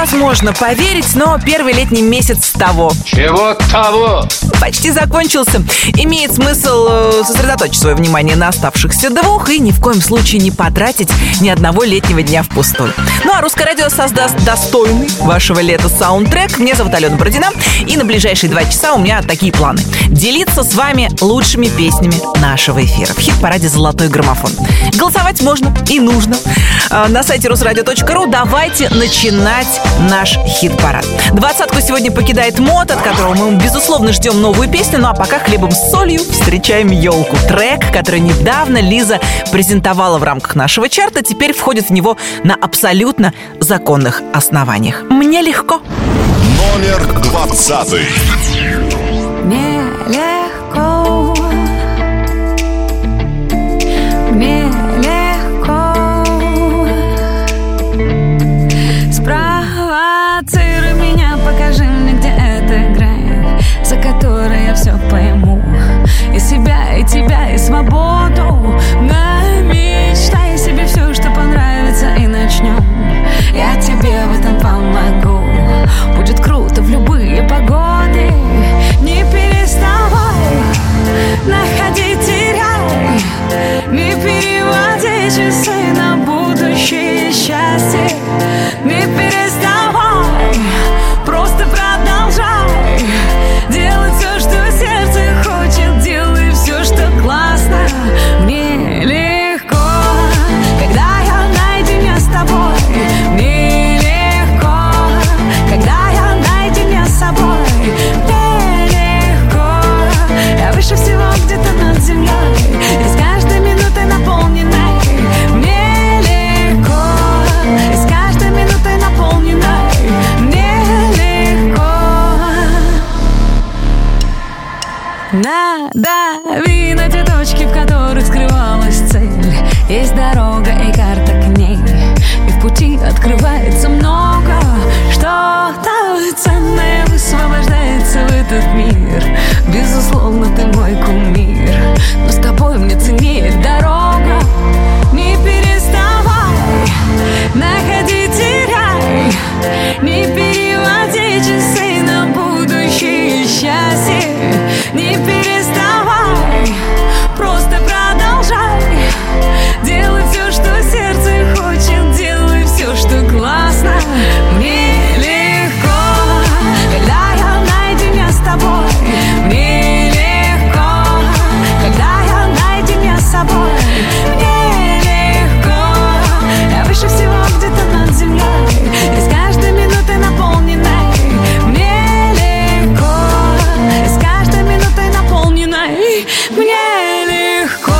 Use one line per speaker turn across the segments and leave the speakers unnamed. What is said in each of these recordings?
невозможно поверить, но первый летний месяц того.
Чего того?
Почти закончился. Имеет смысл сосредоточить свое внимание на оставшихся 2 и ни в коем случае не потратить ни одного летнего дня впустую. Ну а Русское радио создаст достойный вашего лета саундтрек. Меня зовут Алена Бородина, и на ближайшие 2 часа у меня такие планы. Делиться с вами лучшими песнями нашего эфира в хит-параде «Золотой граммофон». Голосовать можно и нужно на сайте rusradio.ru. Давайте начинать наш хит-парад. 20-ку сегодня покидает МОД, от которого мы, безусловно, ждем новую песню. Ну а пока хлебом с солью встречаем елку. Трек, который недавно Лиза презентовала в рамках нашего чарта, теперь входит в него на абсолютно законных основаниях. Мне легко.
Номер 20.
Мне легко. Мне легко. Спровоцируй меня, покажи мне, где эта грань, за которой я все пойму. И себя, и тебя, и свободу. Намечтай себе все, что понравится, и начнем. Я тебе в этом помогу. Будет круто в любые погоды. Не переставай, находи, теряй. Не переводи часы на будущее счастье. Не переставай, просто продолжай делать все, что сердце хочет. Делай все, что классно. Мне легко, когда я наедине с тобой. Мне легко, когда я наедине с собой. Мне легко, я выше всего где-то над землей, и с каждой минутой наполненной. Мне легко, и с каждой минутой наполненной. Мне легко. Надави на те точки, в которых скрывалась цель. Есть дорога и карта к ней, и в пути открывается много. Что-то ценное высвобождается в этот мир. Безусловно, ты мой кумир, но с тобой мне ценнее дорога. Не переставай, находи, теряй. Не переводи часы на будущее счастье. Не переставай, просто продолжай делай все, что сердце хочет. Делай все, что классно. Мне легко, когда я наедине с тобой. Мне легко, когда я наедине с собой. Мне легко, я выше всего где-то над землей, и с каждой минутой наполненной. Мне легко, и с каждой минутой наполненной. Мне легко.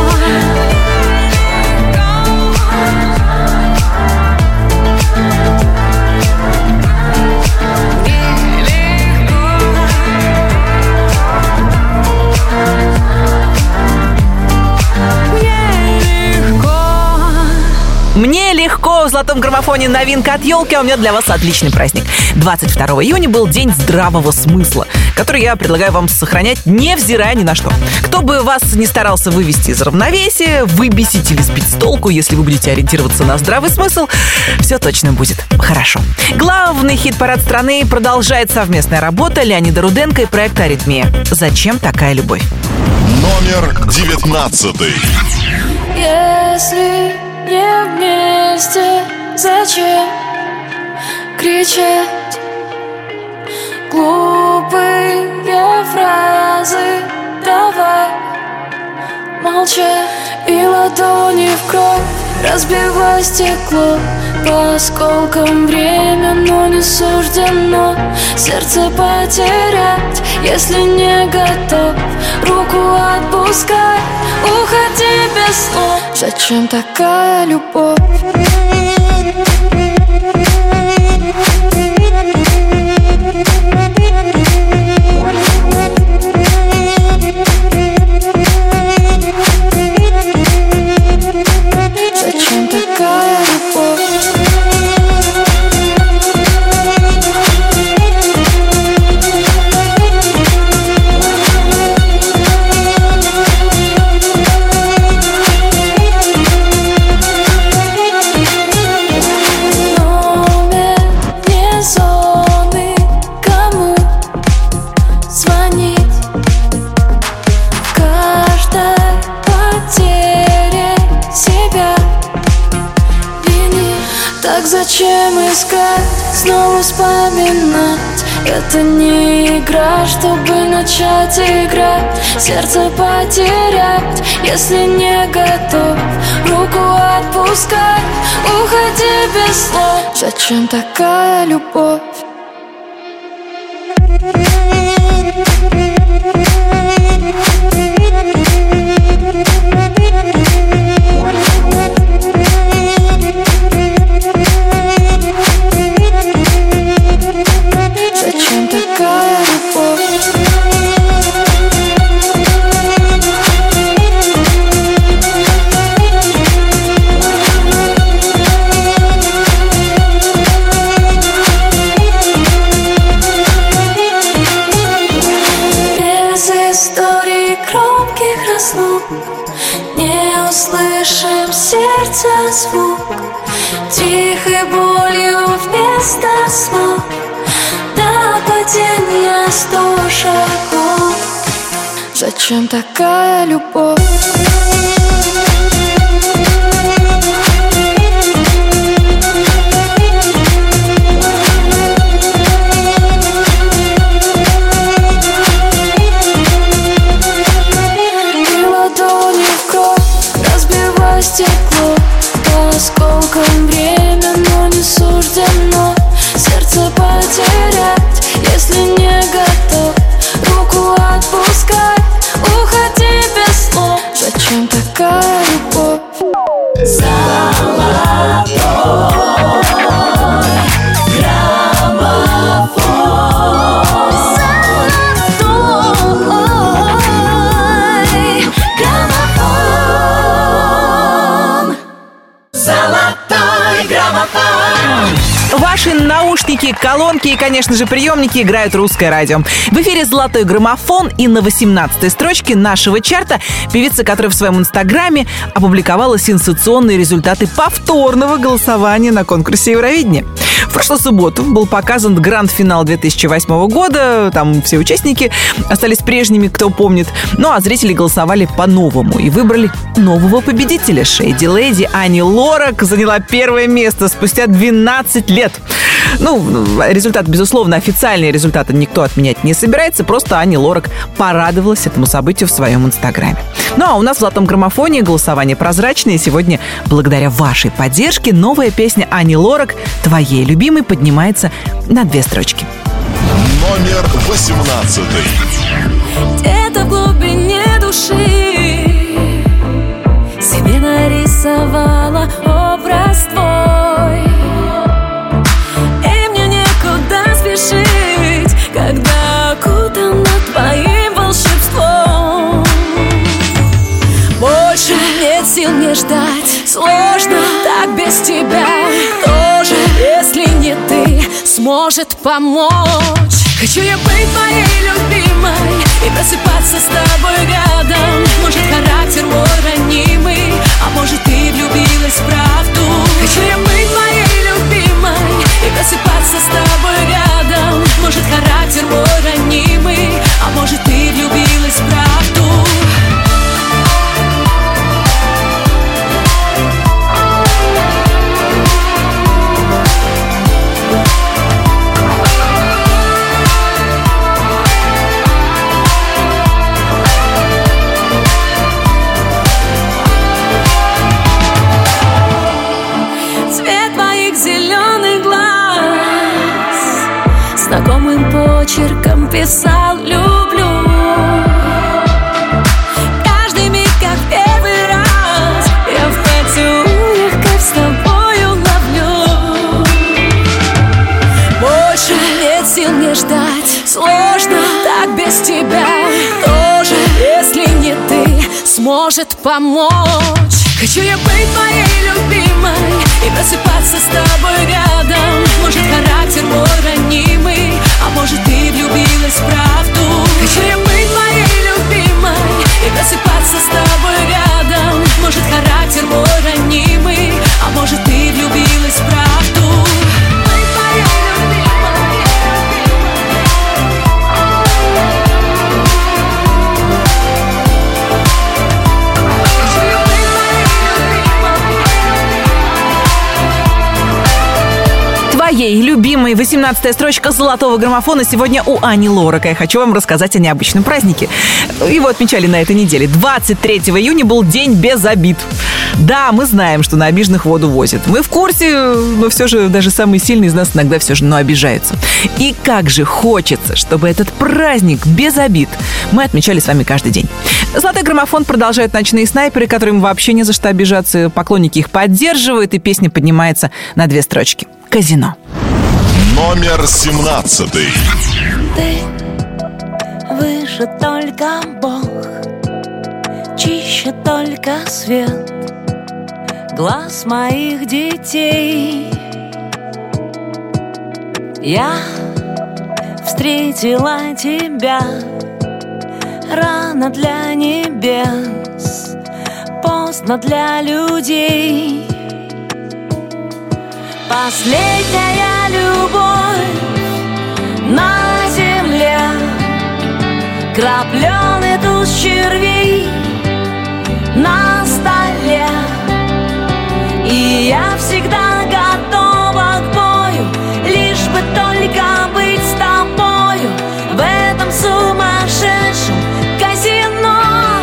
Мне легко. В «Золотом граммофоне» новинка от елки, а у меня для вас отличный праздник. 22 июня был день здравого смысла, который я предлагаю вам сохранять, невзирая ни на что. Кто бы вас не старался вывести из равновесия, выбесить или сбить с толку, если вы будете ориентироваться на здравый смысл, все точно будет хорошо. Главный хит-парад страны продолжает совместная работа Леонида Руденко и проекта «Аритмия». «Зачем такая любовь?»
Номер 19.
Если не вместе, зачем кричать глупые фразы? Давай молчать. И ладони в кровь, разбивай стекло. По осколкам время, но не суждено сердце потерять. Если не готов, руку отпускай. Уходи без слов. Зачем такая любовь? Зачем такая любовь? зачем искать, снова вспоминать? Это не игра, чтобы начать играть, сердце потерять, если не готов руку отпускать. Уходи без слов, зачем такая любовь? Зачем такая любовь? Без историй громких разлук не услышим сердца звук, тихой болью вместо слов. Падение 100 шагов. Зачем такая любовь? И ладони в кровь, разбивай стекло, по осколкам время, но не суждено сердце потерять, если не готов руку отпускать. Уходи без слов, зачем такая любовь? Золотой граммофон. Золотой граммофон.
Ваши наушники, колонки и, конечно же, приемники играют русское радио. В эфире «Золотой граммофон», и на 18-й строчке нашего чарта певица, которая в своем инстаграме опубликовала сенсационные результаты повторного голосования на конкурсе Евровидения. В прошлую субботу был показан гранд-финал 2008 года. Там все участники остались прежними, кто помнит. Ну а зрители голосовали по-новому и выбрали нового победителя. Шейди Леди Ани Лорак заняла первое место спустя 12 лет. Ну, результат, безусловно, официальные результаты никто отменять не собирается. Просто Ани Лорак порадовалась этому событию в своем инстаграме. Ну а у нас в «Золотом граммофоне» голосование прозрачное. И сегодня, благодаря вашей поддержке, новая песня Ани Лорак «Твоей любимой» поднимается на 2 строчки.
Номер 18.
Где-то в глубине души себе нарисовала образ твой, и мне некуда спешить, когда окутана твоим волшебством. Больше нет сил мне ждать, сложно так без тебя. Тоже, если не ты, сможет помочь. Хочу я быть твоей любимой и просыпаться с тобой рядом. Может, характер мой ранимый, а может, ты влюбилась в правду. Хочу я быть твоей любимой и просыпаться с тобой рядом. Может, характер мой ранимый, а может, ты влюбилась в правду. Знакомым почерком писал «люблю». Каждый миг, как первый раз, я в поцелуях, как с тобою ловлю. Больше нет сил мне ждать, сложно так без тебя. Тоже, если не ты, сможет помочь. Хочу я быть твоей любимой и просыпаться с тобой рядом. Может, характер мой ранимый, а может, ты влюбилась в правду. Хочу я быть твоей любимой и просыпаться с тобой рядом. Может, характер мой ранимый, а может, ты влюбилась в правду. Быть твоей любимой.
Моей любимой 18-я строчка золотого граммофона сегодня у Ани Лорак. Я хочу вам рассказать о необычном празднике. Его отмечали на этой неделе. 23 июня был день без обид. Да, мы знаем, что на обиженных воду возят. Мы в курсе, но все же даже самые сильные из нас иногда все же обижаются. И как же хочется, чтобы этот праздник без обид мы отмечали с вами каждый день. Золотой граммофон продолжают ночные снайперы, которым вообще не за что обижаться. Поклонники их поддерживают, и песня поднимается на 2 строчки. Казино.
Номер 17.
Ты выше только Бог, чище только свет глаз моих детей. Я встретила тебя рано для небес, поздно для людей. Последняя любовь на земле, крапленый туз червей на столе. И я всегда готова к бою, лишь бы только быть с тобою в этом сумасшедшем казино.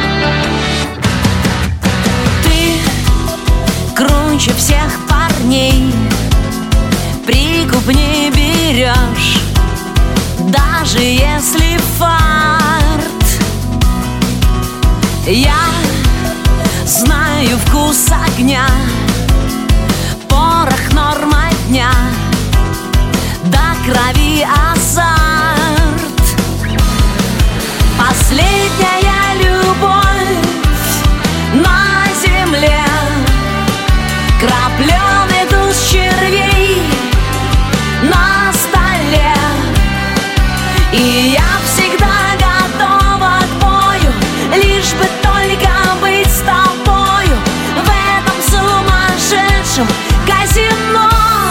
Ты круче всех парней, прикуп не берешь, даже если фарт. Я знаю вкус огня, порох норма дня, до крови азарт. Последняя любовь на земле, крапленый туз червей на столе. И я всегда готова к бою, лишь бы только быть с тобою в этом сумасшедшем казино.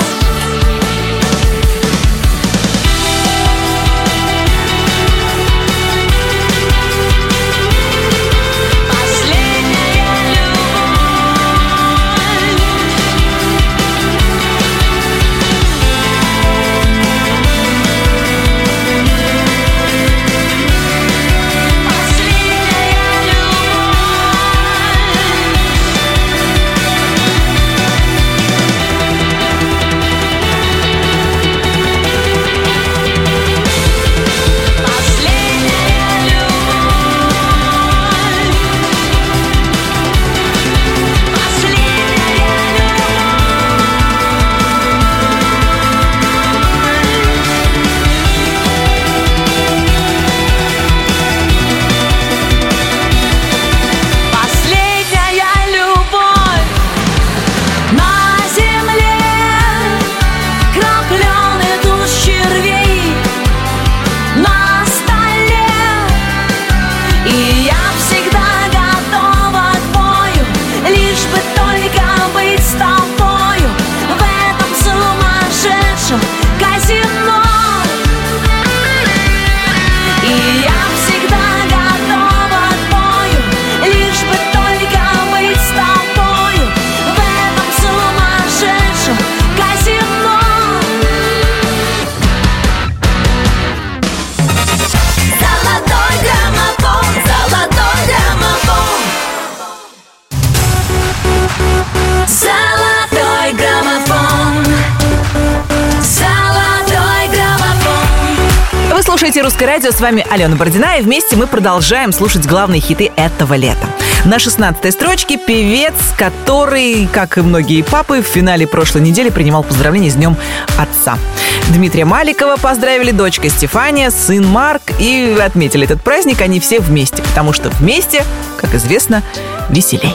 Слушайте «Русское радио», с вами Алена Бородина, и вместе мы продолжаем слушать главные хиты этого лета. На 16-й строчке певец, который, как и многие папы, в финале прошлой недели принимал поздравления с Днем Отца. Дмитрия Маликова поздравили дочка Стефания, сын Марк, и отметили этот праздник они все вместе, потому что вместе, как известно, веселей.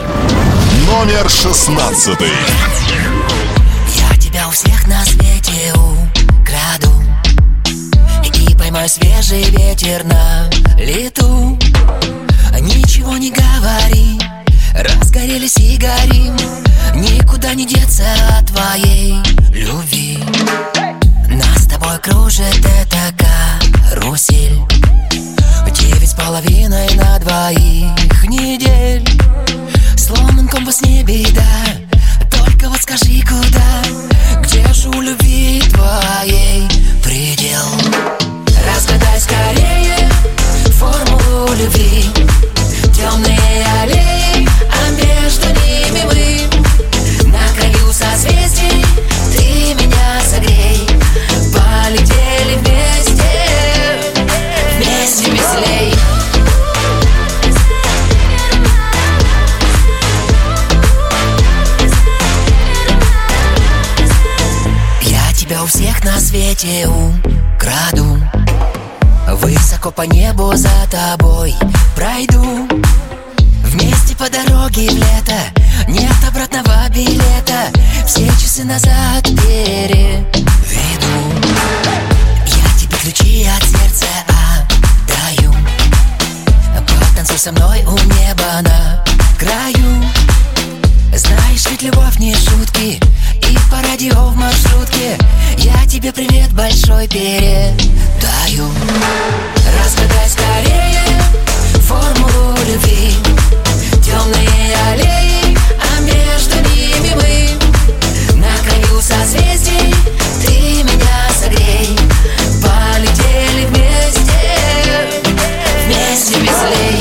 Номер 16.
Я тебя у всех на свете украду и поймаю свежий ветер на лету. Ничего не говори, разгорелись и горим, никуда не деться от твоей любви. Нас с тобой кружит эта карусель, 9,5 на 2 недель. Сломан компас, не беда, только вот скажи, куда, где же у любви свете украду. Высоко по небу за тобой пройду. Вместе по дороге в лето, нет обратного билета. Все часы назад переведу. Я тебе ключи от сердца отдаю. Потанцуй со мной у неба на краю. Знаешь, ведь любовь не шутки. И по радио в маршрутке я тебе привет большой передаю. Разгадай скорее формулу любви. Темные аллеи, а между ними мы. На краю созвездий ты меня согрей. Полетели вместе, вместе веселей.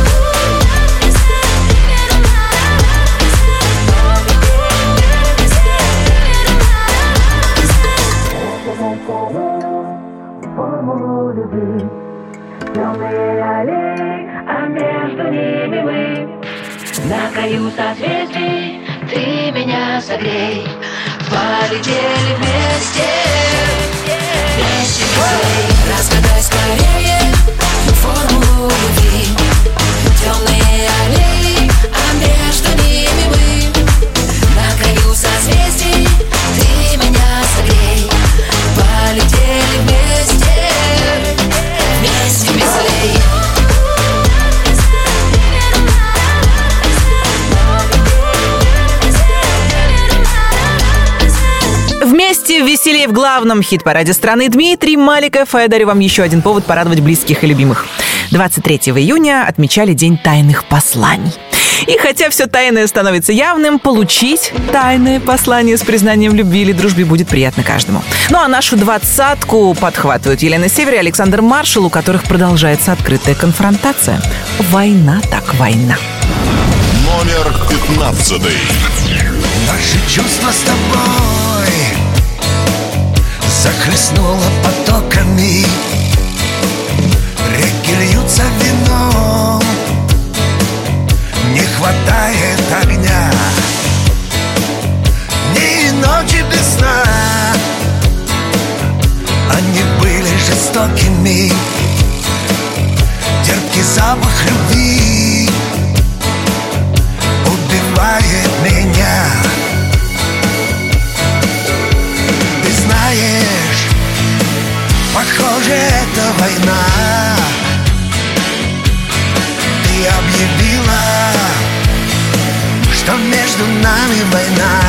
Формулу любви. Темные аллеи, а между ними мы. На краю созвездий ты меня согрей. Полетели вместе, вместе веселей. Разгадай скорее формулу любви. Темные аллеи, а между ними мы. На краю созвездий ты меня согрей. Полетели вместе, вместе веселей.
Вместе веселее в главном хит-параде страны. Дмитрий Маликов. А я дарю вам еще один повод порадовать близких и любимых. 23 июня отмечали День тайных посланий. И хотя все тайное становится явным, получить тайное послание с признанием любви или дружбе будет приятно каждому. Ну а нашу двадцатку подхватывают Елена Север и Александр Маршал, у которых продолжается открытая конфронтация. Война так война.
Номер 15.
Наши чувства с тобой захлестнуло потоками. Реки льются вином, не хватает огня. Дни и ночи без сна, они были жестокими. Терпкий запах любви убивает меня. Ты знаешь, похоже, это война. Ты объявила, что между нами война.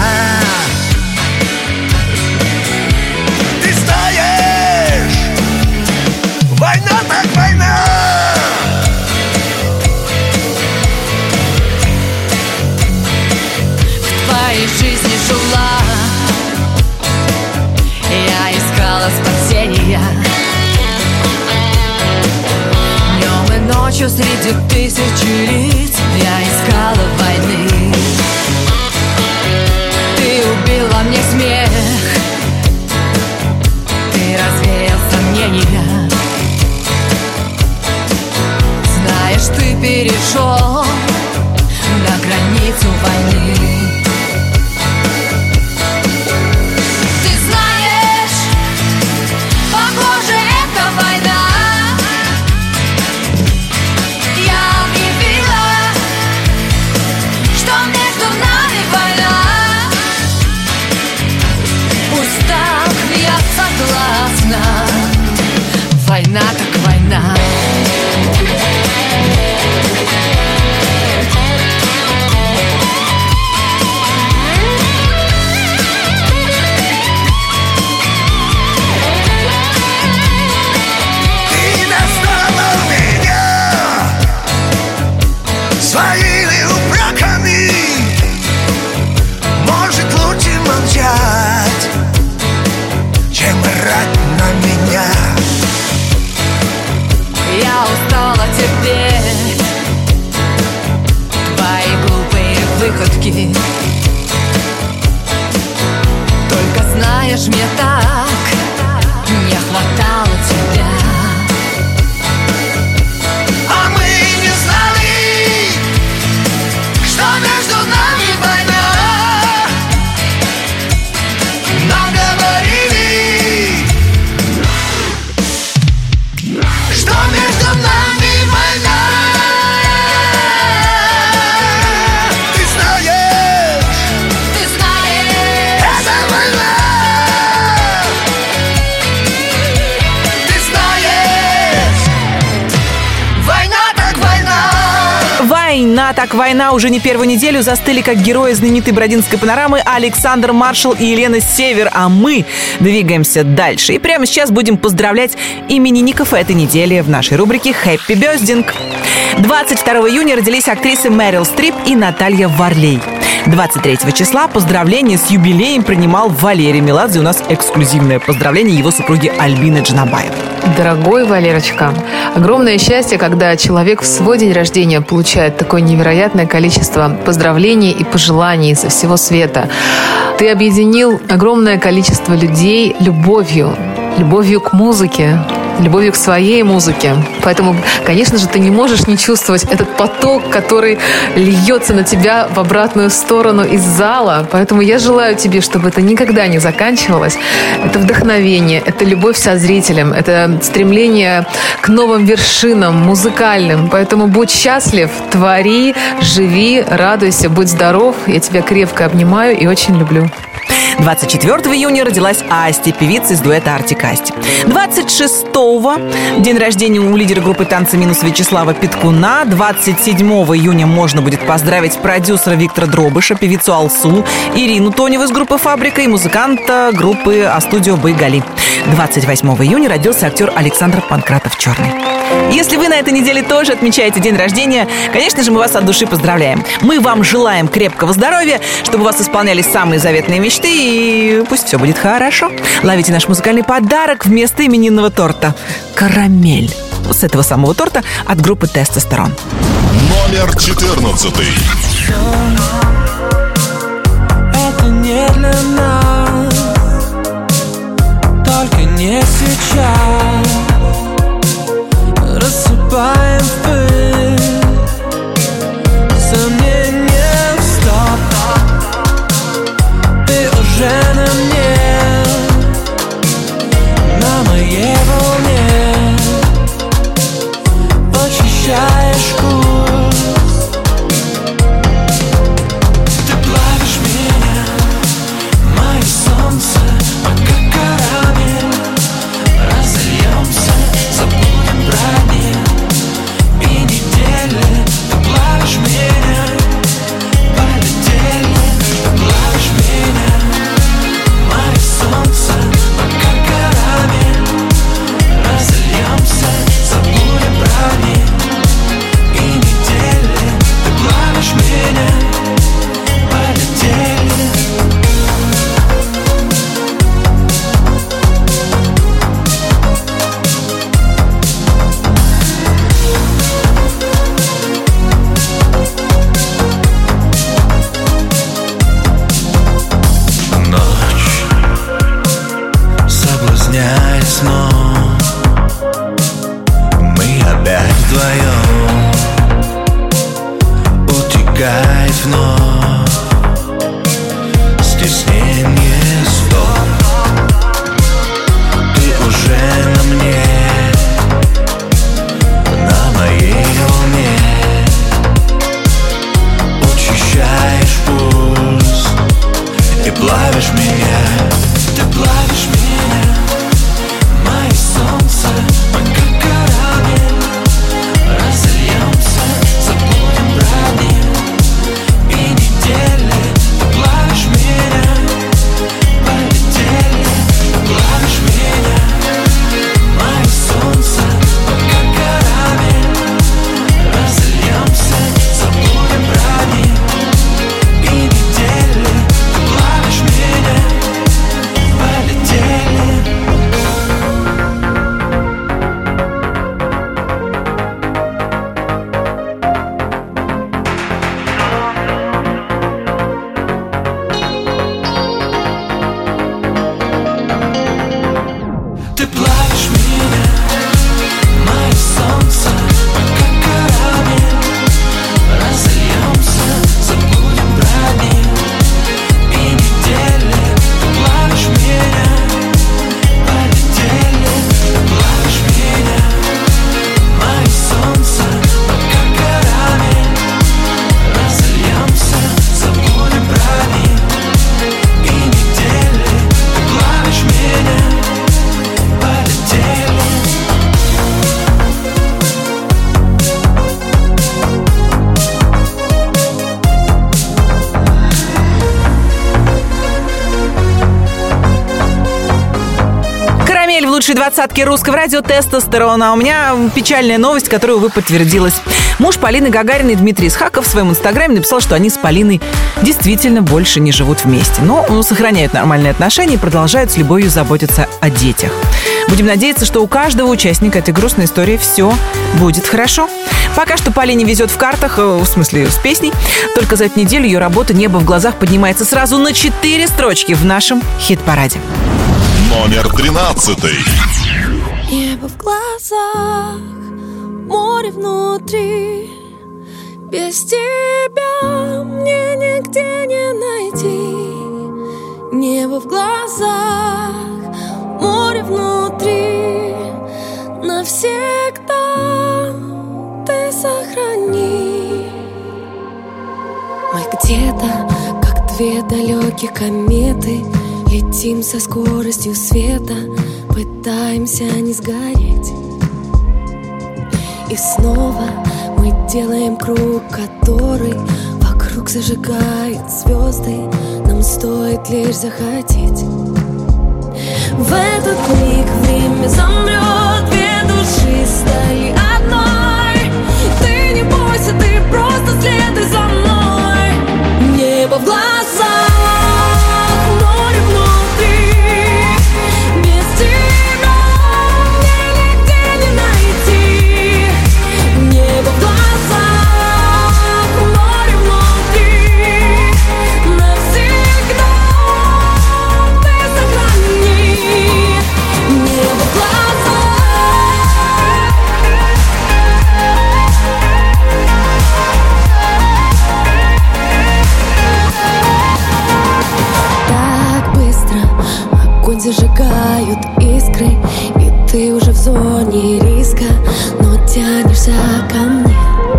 Ты знаешь, война так война.
В твоей жизни жила, я искала спасения. Днем и ночью среди тысячи лиц я искала войны. Ты убила мне смех, ты развеял сомнения. Знаешь, ты перешел на границу войны. Ты знаешь, похоже, это война. Я объявила, что между нами война. Пусть так, я согласна. Война так война.
Своими упреками, может, лучше молчать, чем орать на меня.
Я устала терпеть твои глупые выходки. Только знаешь, мне так не хватало тебя.
А мы не знали, что между нами война. Нам говорили,
Война, так война, уже не первую неделю застыли как герои знаменитой бродинской панорамы Александр Маршал и Елена Север, а мы двигаемся дальше. И прямо сейчас будем поздравлять именинников этой недели в нашей рубрике «Хэппи Бёздинг». 22 июня родились актрисы Мэрил Стрип и Наталья Варлей. 23 числа поздравления с юбилеем принимал Валерий Меладзе. У нас эксклюзивное поздравление его супруги Альбины Джанабаевой.
Дорогой Валерочка, огромное счастье, когда человек в свой день рождения получает такое невероятное количество поздравлений и пожеланий со всего света. Ты объединил огромное количество людей любовью к музыке, любовью к своей музыке. Поэтому, конечно же, ты не можешь не чувствовать этот поток, который льется на тебя в обратную сторону из зала. Поэтому я желаю тебе, чтобы это никогда не заканчивалось. Это вдохновение, это любовь со зрителем, это стремление к новым вершинам музыкальным. Поэтому будь счастлив, твори, живи, радуйся, будь здоров. Я тебя крепко обнимаю и очень люблю.
24 июня родилась Асти, певица из дуэта Артик Асти. 26-го день рождения у лидера группы «Танцы минус» Вячеслава Питкуна. 27 июня можно будет поздравить продюсера Виктора Дробыша, певицу Алсу, Ирину Тоневу из группы «Фабрика» и музыканта группы А-студио Байгали. 28 июня родился актер Александр Панкратов-Черный. Если вы на этой неделе тоже отмечаете день рождения, конечно же, мы вас от души поздравляем. Мы вам желаем крепкого здоровья, чтобы у вас исполнялись самые заветные мечты, и пусть все будет хорошо. Ловите наш музыкальный подарок вместо именинного торта – карамель. С этого самого торта от группы «Тестостерон».
Номер 14.
Это не для нас, только не сейчас. Рассыпаем в пыль сомнения, стоп. Ты уже на мне, на моей волне. Почищаешь курс, ты плавишь меня, мое солнце, пока карамель разлей.
лучшей двадцатки русского радио тестостерона. У меня печальная новость, которая, увы, подтвердилась. Муж Полины Гагариной Дмитрий Исхаков в своем инстаграме написал, что они с Полиной действительно больше не живут вместе. Но сохраняют нормальные отношения и продолжают с любовью заботиться о детях. Будем надеяться, что у каждого участника этой грустной истории все будет хорошо. Пока что Полине везет в картах, в смысле с песней. Только за эту неделю ее работа «Небо в глазах» поднимается сразу на 4 строчки в нашем хит-параде.
Номер 13.
Небо в глазах, море внутри. Без тебя мне нигде не найти. Небо в глазах, море внутри. Навсегда ты сохрани. Мы где-то, как две далекие кометы, летим со скоростью света, пытаемся не сгореть. И снова мы делаем круг, который вокруг зажигает звезды. Нам стоит лишь захотеть. В этот миг время замрет, две души стали одной. Ты не бойся, ты просто следуй за мной. Небо в глазах, море внутри. Без тебя мне нигде не найти. Небо в глазах, море внутри. Навсегда ты сохрани. Небо в глазах. Так быстро огонь зажигают искры, и ты уже в зоне риска, но тянешься ко мне.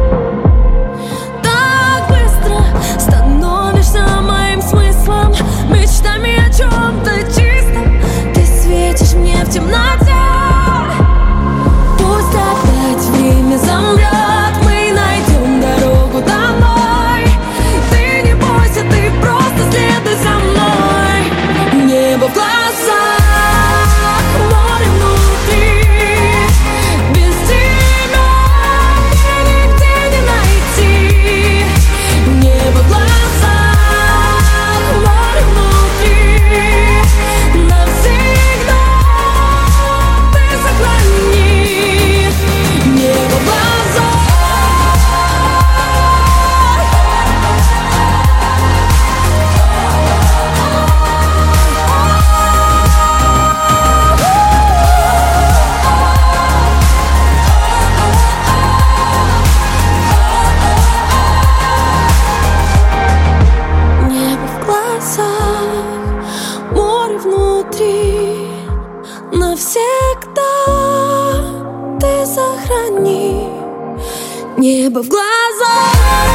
Так быстро становишься моим смыслом, мечтами о чем-то чистом. Ты светишь мне в темноте. Пусть опять время замрет, мы найдем дорогу домой. Ты не бойся, ты просто следуй за мной. Небо в глазах, море внутри. Без тебя мне нигде не найти. Небо в глазах, море внутри. Навсегда ты сохрани. Небо в глазах. Небо в глазах, море внутри. Навсегда ты сохрани. Небо в глазах.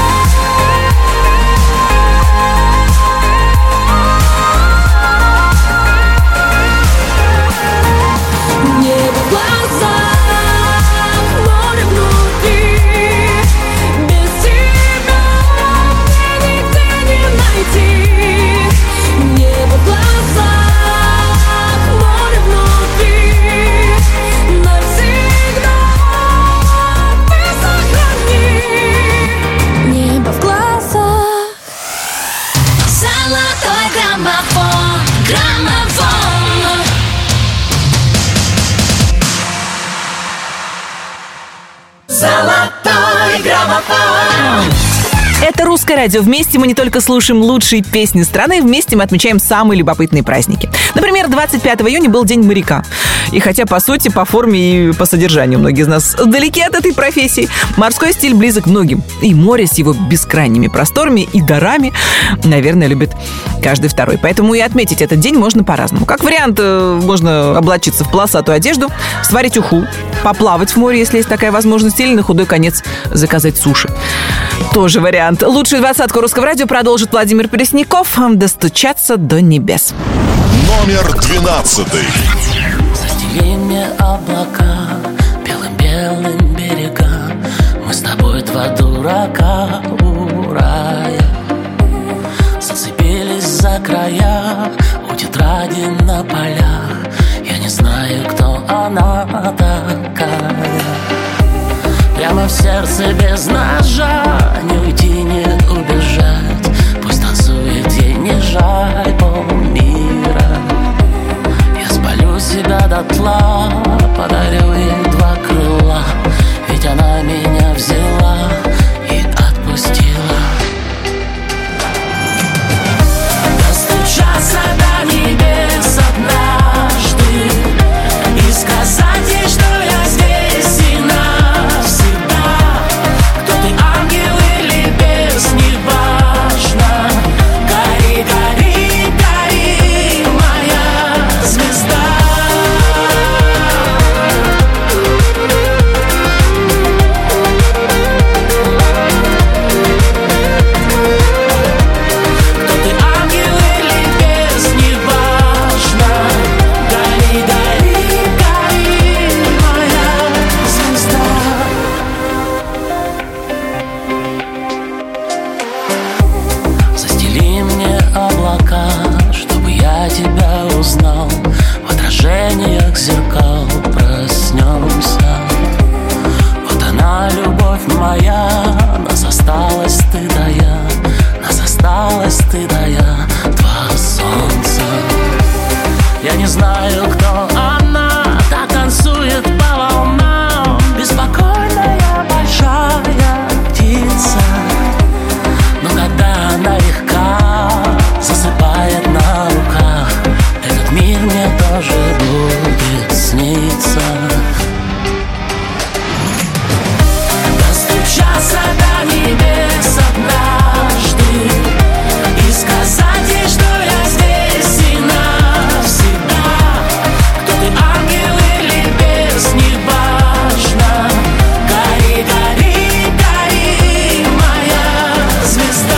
Небо в глазах, море внутри. Без тебя мне нигде не найти. Небо в глазах, море внутри. Навсегда ты сохрани. Небо в глазах. Золотой граммофон, граммофон. Золотой граммофон.
Это «Русское радио». Вместе мы не только слушаем лучшие песни страны, вместе мы отмечаем самые любопытные праздники. Например, 25 июня был День моряка. И хотя, по сути, по форме и по содержанию многие из нас далеки от этой профессии, морской стиль близок многим. И море с его бескрайними просторами и дарами, наверное, любит каждый второй. Поэтому и отметить этот день можно по-разному. Как вариант, можно облачиться в полосатую одежду, сварить уху, поплавать в море, если есть такая возможность, или на худой конец заказать суши. Тоже вариант. Лучшую двадцатку русского радио продолжит Владимир Пресняков. «Достучаться до небес».
Номер 12.
Застели мне облака белым-белым берега. Мы с тобой два дурака у рая. Зацепились за края у тетради на полях. Я не знаю, кто в сердце без ножа. Не уйти, не убежать. Пусть танцует, ей не жаль полмира. Я спалю себя дотла, подарю ей 2 крыла. Ведь она меня взяла и отпустила. Достучаться до небес однажды и сказать ей, что я здесь и навсегда. Кто ты, ангел или бес, неважно. Гори, гори, гори, моя звезда. Кто ты, ангел или бес, неважно. Гори, гори, гори, моя звезда. Застели мне облака, чтобы я тебя узнал. В отражениях зеркал проснемся. Вот она, любовь моя, нас осталось стыдая. Нас осталось стыдая 2 солнца. Я не знаю, кто она, так танцует по волнам. Беспокойная большая птица. Но когда она легка, засыпает на руках, этот мир мне тоже будет сниться. Достучаться до небес однажды и сказать ей, что я здесь и навсегда. Кто ты, ангел или бес, неважно. Гори, гори, гори, моя звезда.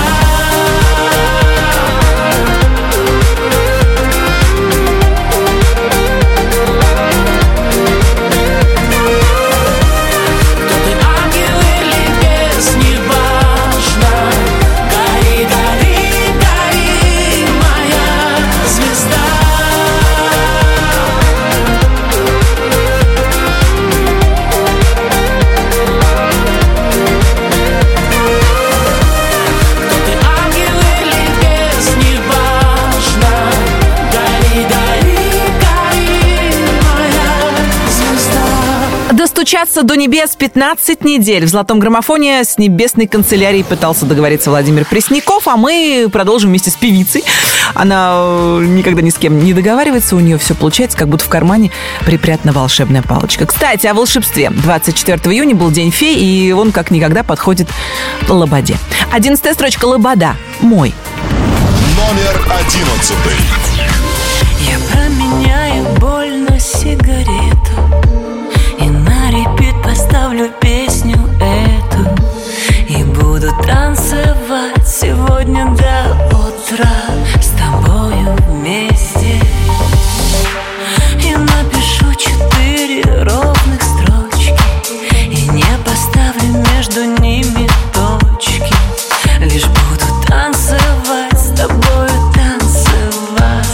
Кто ты, ангел или бес, неважно. Гори, гори, гори, моя звезда. Кто ты, ангел или бес, неважно. Гори, гори, гори, моя звезда.
Достучаться до небес 15 недель. В «Золотом граммофоне» с небесной канцелярией пытался договориться Владимир Пресняков, а мы продолжим вместе с певицей. Она никогда ни с кем не договаривается, у нее все получается, как будто в кармане припрятана волшебная палочка. Кстати, о волшебстве. 24 июня был День фей, и он как никогда подходит Лободе. 11-я строчка «Лобода». Мой.
Номер 11.
Я променяю боль на сигарету и на репит поставлю песню эту. И буду танцевать сегодня до утра с тобою вместе. И напишу 4 ровных строчки и не поставлю между ними точки. Лишь буду танцевать с тобою, танцевать.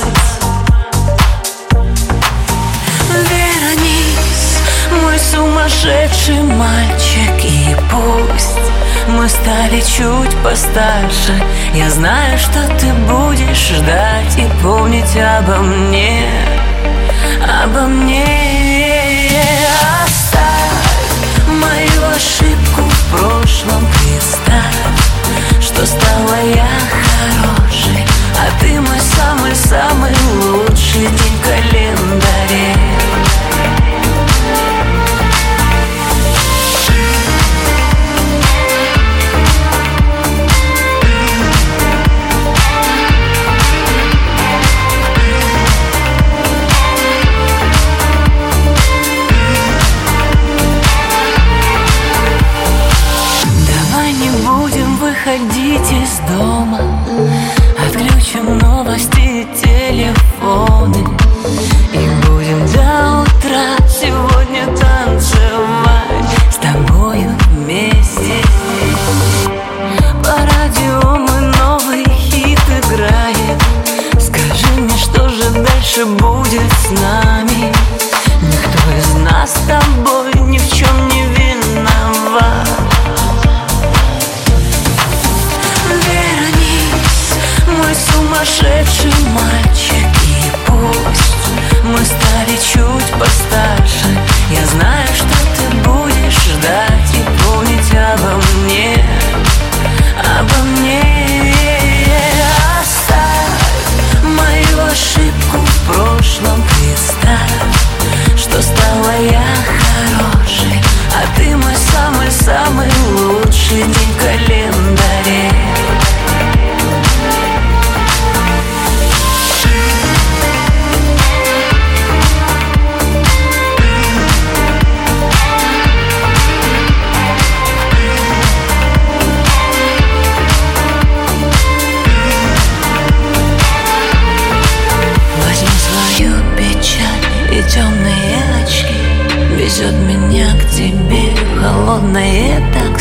Вернись, мой сумасшедший мальчик, и пусть мы стали чуть постарше, я знаю, что ты будешь ждать и помнить обо мне, обо мне. Оставь мою ошибку в прошлом, представь, что стала я хорошей, а ты мой самый-самый лучший день в календаре. Выходить из дома, отключим новости и телефоны, и будем до утра сегодня танцевать с тобою вместе. По радио мы новый хит играем. Скажи мне, что же дальше будет с нами? Никто из нас с тобой ни в чем не виноват.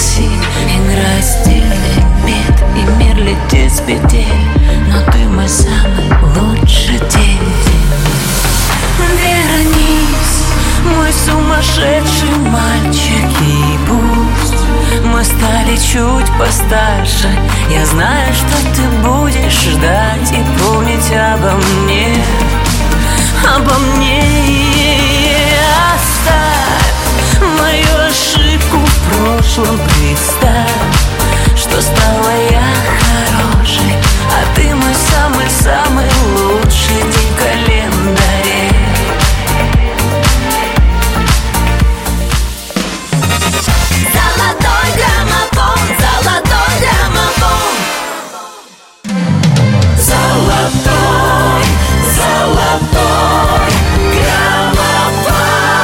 такси, играет стильный бит, и мир летит с петель, но ты мой самый лучший день. Вернись, мой сумасшедший мальчик, и пусть мы стали чуть постарше, я знаю, что ты будешь ждать и помнить обо мне. Оставь мою ошибку в прошлом, представь, что стала я хорошей, а ты мой самый-самый лучший день в календаре. Золотой граммофон, золотой граммофон. Золотой, золотой граммофон.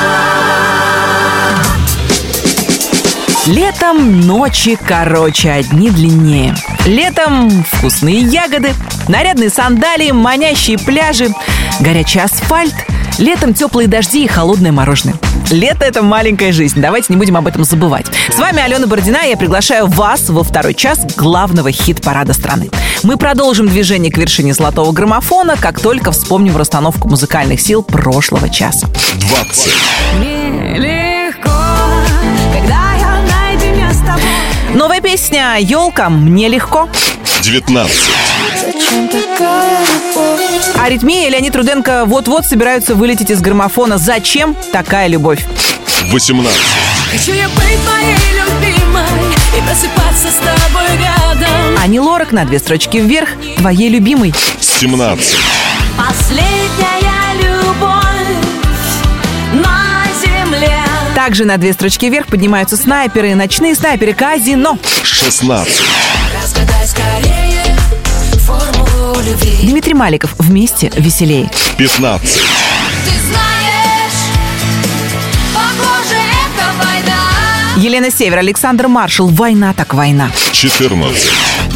Летом ночи короче, а дни длиннее. Летом вкусные ягоды, нарядные сандалии, манящие пляжи, горячий асфальт. Летом теплые дожди и холодное мороженое. Лето — это маленькая жизнь. Давайте не будем об этом забывать. С вами Алена Бородина, и я приглашаю вас во второй час главного хит-парада страны. Мы продолжим движение к вершине золотого граммофона, как только вспомним расстановку музыкальных сил прошлого часа.
20.
Мне легко, когда я наедине с тобой.
Новая песня «Елка. Мне легко».
19.
Зачем такая любовь?
Аритмия и Леонид Руденко вот-вот собираются вылететь из граммофона. Зачем такая любовь?
18.
Хочу я быть моей любимой и просыпаться с тобой рядом.
Ани Лорак на 2 строчки вверх. Твоей любимой.
17.
Последняя любовь на земле.
Также на 2 строчки вверх поднимаются снайперы, ночные снайперы «Казино».
16.
Разгадай скорее формулу любви.
Дмитрий Маликов «Вместе веселее».
15.
Ты знаешь, похоже, это война.
Елена Север, Александр Маршал «Война так война».
14.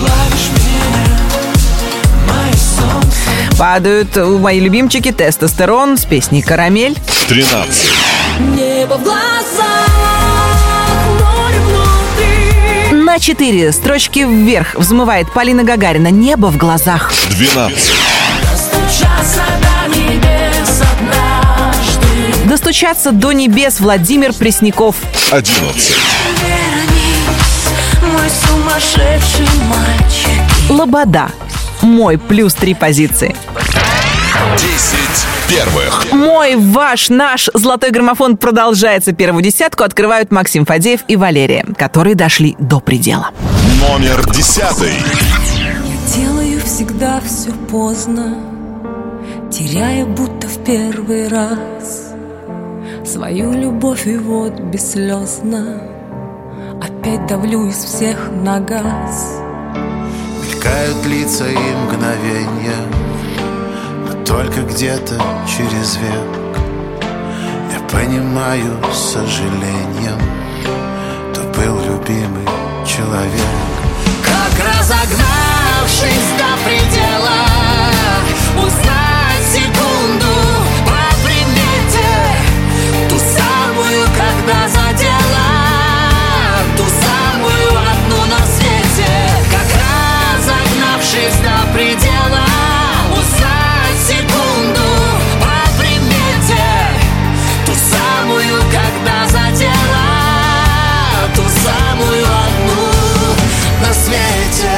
Падают мои любимчики «Тестостерон» с песней «Карамель».
13.
Небо в глазах, море внутри.
На 4 строчки вверх взмывает Полина Гагарина «Небо в глазах».
12.
Достучаться до небес однажды.
Достучаться до небес Владимир Пресняков.
11.
Вернись, мой сумасшедший мальчик.
Лобода. Мой +3 позиции.
10 первых.
Мой, ваш, наш золотой граммофон продолжается. Первую десятку открывают Максим Фадеев и Валерия, которые дошли до предела.
Номер 10.
Делаю всегда все поздно, теряя будто в первый раз свою любовь, и вот бесслезно опять давлю из всех на газ.
Мелькают лица и мгновенья, но только где-то через век я понимаю с сожалением, то был любимый человек.
Как разогнавшись до предела, узнать секунду по примете, ту самую, когда задела, ту самую одну на свете. Как разогнавшись до предела, узнать секунду по примете, ту самую, когда задела, ту самую одну на свете.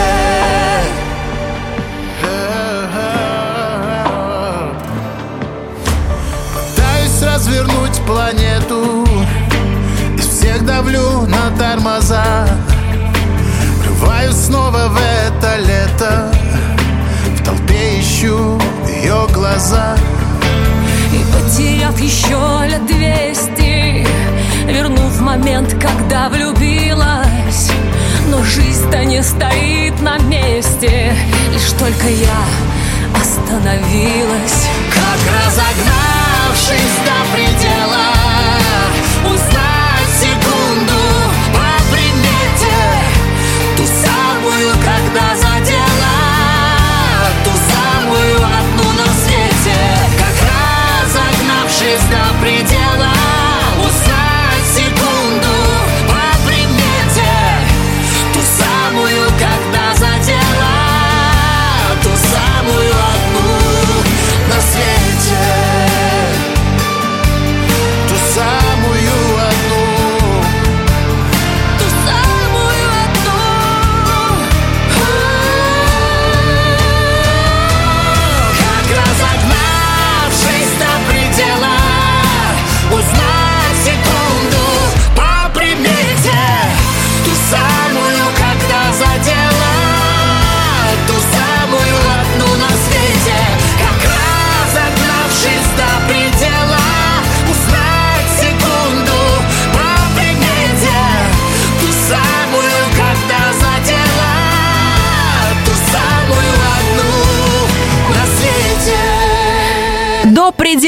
Пытаюсь развернуть планету, из всех давлю на тормоза. Врываюсь снова в это лето, в толпе ищу ее глаза.
И потеряв еще лет 200, вернув момент, когда влюбилась, но жизнь-то не стоит на месте, лишь только я остановилась.
Как разогнавшись до предела, узнать секунду по примете, ту самую, когда задела, ту самую одну на свете. Как разогнавшись до предела, узнать секунду по примете,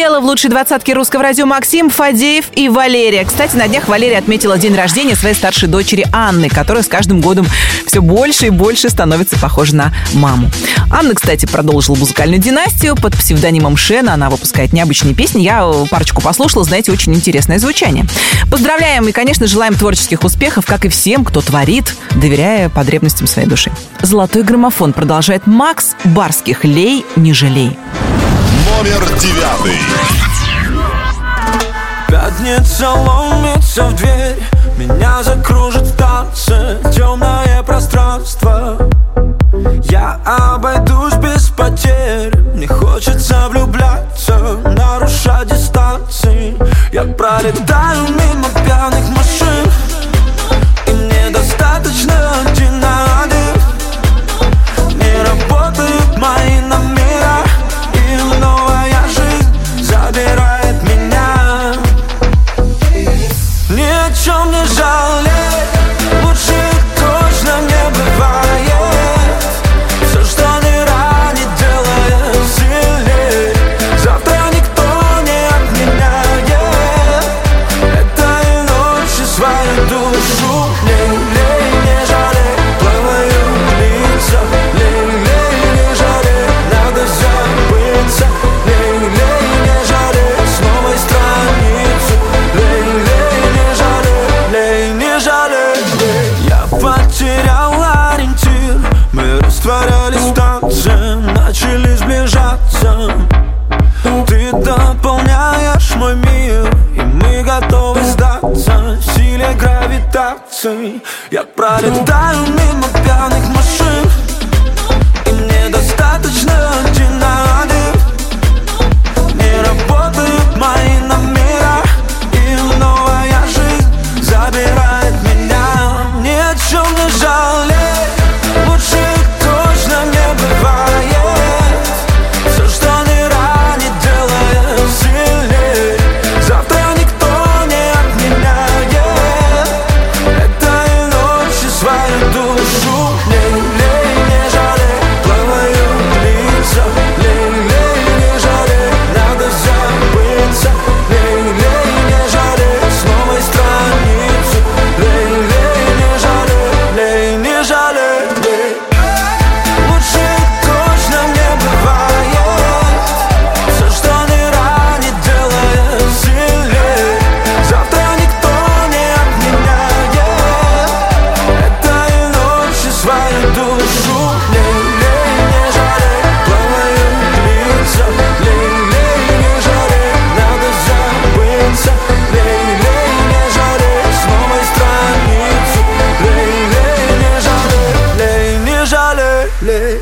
дело в лучшей двадцатке русского радио Максим Фадеев и Валерия. Кстати, на днях Валерия отметила день рождения своей старшей дочери Анны, которая с каждым годом все больше и больше становится похожа на маму. Анна, кстати, продолжила музыкальную династию под псевдонимом Шена. Она выпускает необычные песни. Я парочку послушала, знаете, очень интересное звучание. Поздравляем и, конечно, желаем творческих успехов, как и всем, кто творит, доверяя потребностям своей души. Золотой граммофон продолжает Макс Барских. «Лей, не жалей».
Номер 9.
Пятница ломится в дверь, меня закружит в танце темное пространство. Я обойдусь без потерь, мне хочется влюбляться, нарушать дистанции. Я пролетаю мимо пьяных машин, и мне достаточно один на один. Не работают мои номера, и новая жизнь забирает меня. Ни о чем не жалей, лучше точно не бывает. Все, что не ранит, делает сильней. Завтра никто не отменяет этой ночи свою душу. Лей, лей, не жалей, плавают лица. Лей, лей, не жалей, надо забыться. Лей, лей, не жалей, с новой страницы. Лей, лей, не жалей, лей, не жалей. Я потерял ориентир, мы растворялись в танце, начали сближаться. Ты дополняешь мой мир, и мы готовы сдаться силе гравитации. Я пролетаю мимо пьяных машин, и мне достаточно один на один. Не работают мои номера, и новая жизнь забирает меня. Ни о чем не жалей, лучше точно не бывает. Все, что не ранит, делает сильней. Завтра никто не отменяет этой ночи свою душу. Лей, лей, не жалей, плавают лица. Лей, лей, не жалей, надо забыться. Лей, лей, не жалей, с новой страницы. Лей, лей, не жалей, лей, не жалей, лей. Лучше точно не бывает. Все, что не ранит, делает сильней. Завтра никто не отменяет этой ночи свою душу. Лей, лей, не жалей, плавают лица. Лей, лей, не жалей, надо забыться. Лей, лей, не жалей, с новой страницы. Лей, лей, не жалей, лей, не жалей, лей.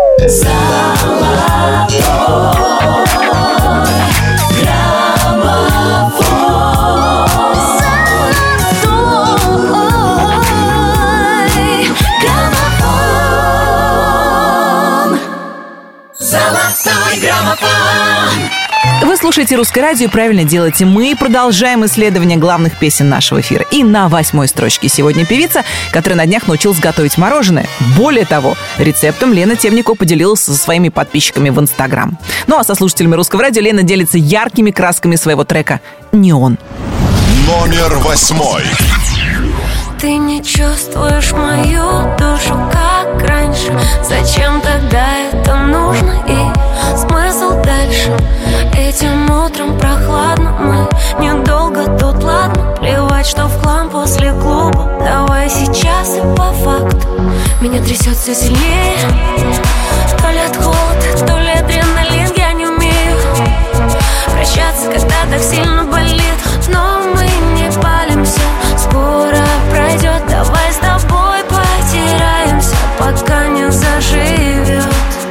Вы слушаете «Русское радио» и правильно делаете. Мы продолжаем исследование главных песен нашего эфира. И на 8-й строчке сегодня певица, которая на днях научилась готовить мороженое. Более того, рецептом Лена Темникова поделилась со своими подписчиками в Инстаграм. Ну а со слушателями «Русского радио» Лена делится яркими красками своего трека «Неон».
Номер 8.
Ты не чувствуешь мою душу, как раньше. Зачем тогда это нужно и смысл дальше? Этим утром прохладно, мы недолго тут, ладно. Плевать, что в хлам после клуба. Давай сейчас и по факту. Меня трясет все сильнее. То ли от холода, то ли адреналин. Я не умею прощаться, когда так сильно болит. Но мы не палимся, скоро пройдет. Давай с тобой потираемся, пока не заживет.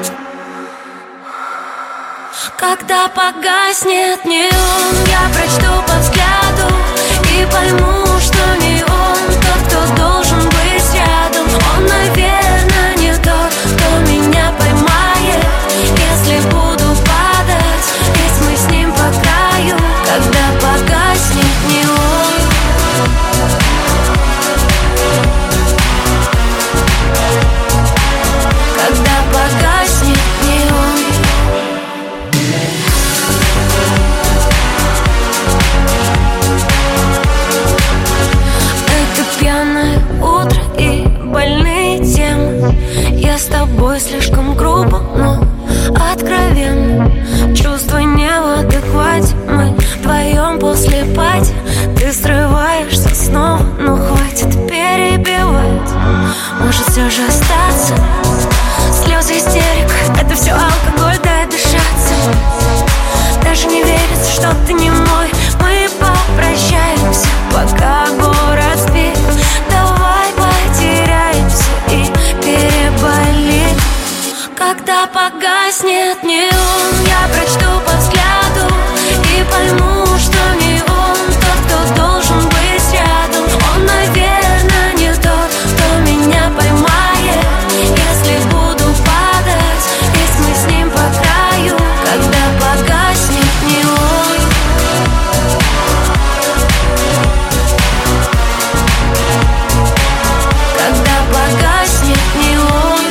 Когда погаснет неон, я прочту по взгляду и пойму, что не он тот, кто должен быть рядом. Он, наверное, не тот, кто меня поймает, если буду падать, ведь мы с ним по краю. Когда погаснет неон, когда погаснет неон.
Порой слишком грубо, но откровенно. Чувства не в адеквате. Мы вдвоем после пати. Ты срываешься снова, но хватит перебивать. Может все же остаться. Слезы, истерик, это все алкоголь, дай дышаться. Даже не верится, что ты не мой. Мы попрощаемся, пока город спит. Давай потеряемся и переболим. Когда погаснет неон, я прочту по взгляду и пойму, что не он тот, кто должен быть рядом. Он, наверное, не тот, кто меня поймает, если буду падать, ведь мы с ним по краю. Когда погаснет неон, когда погаснет неон,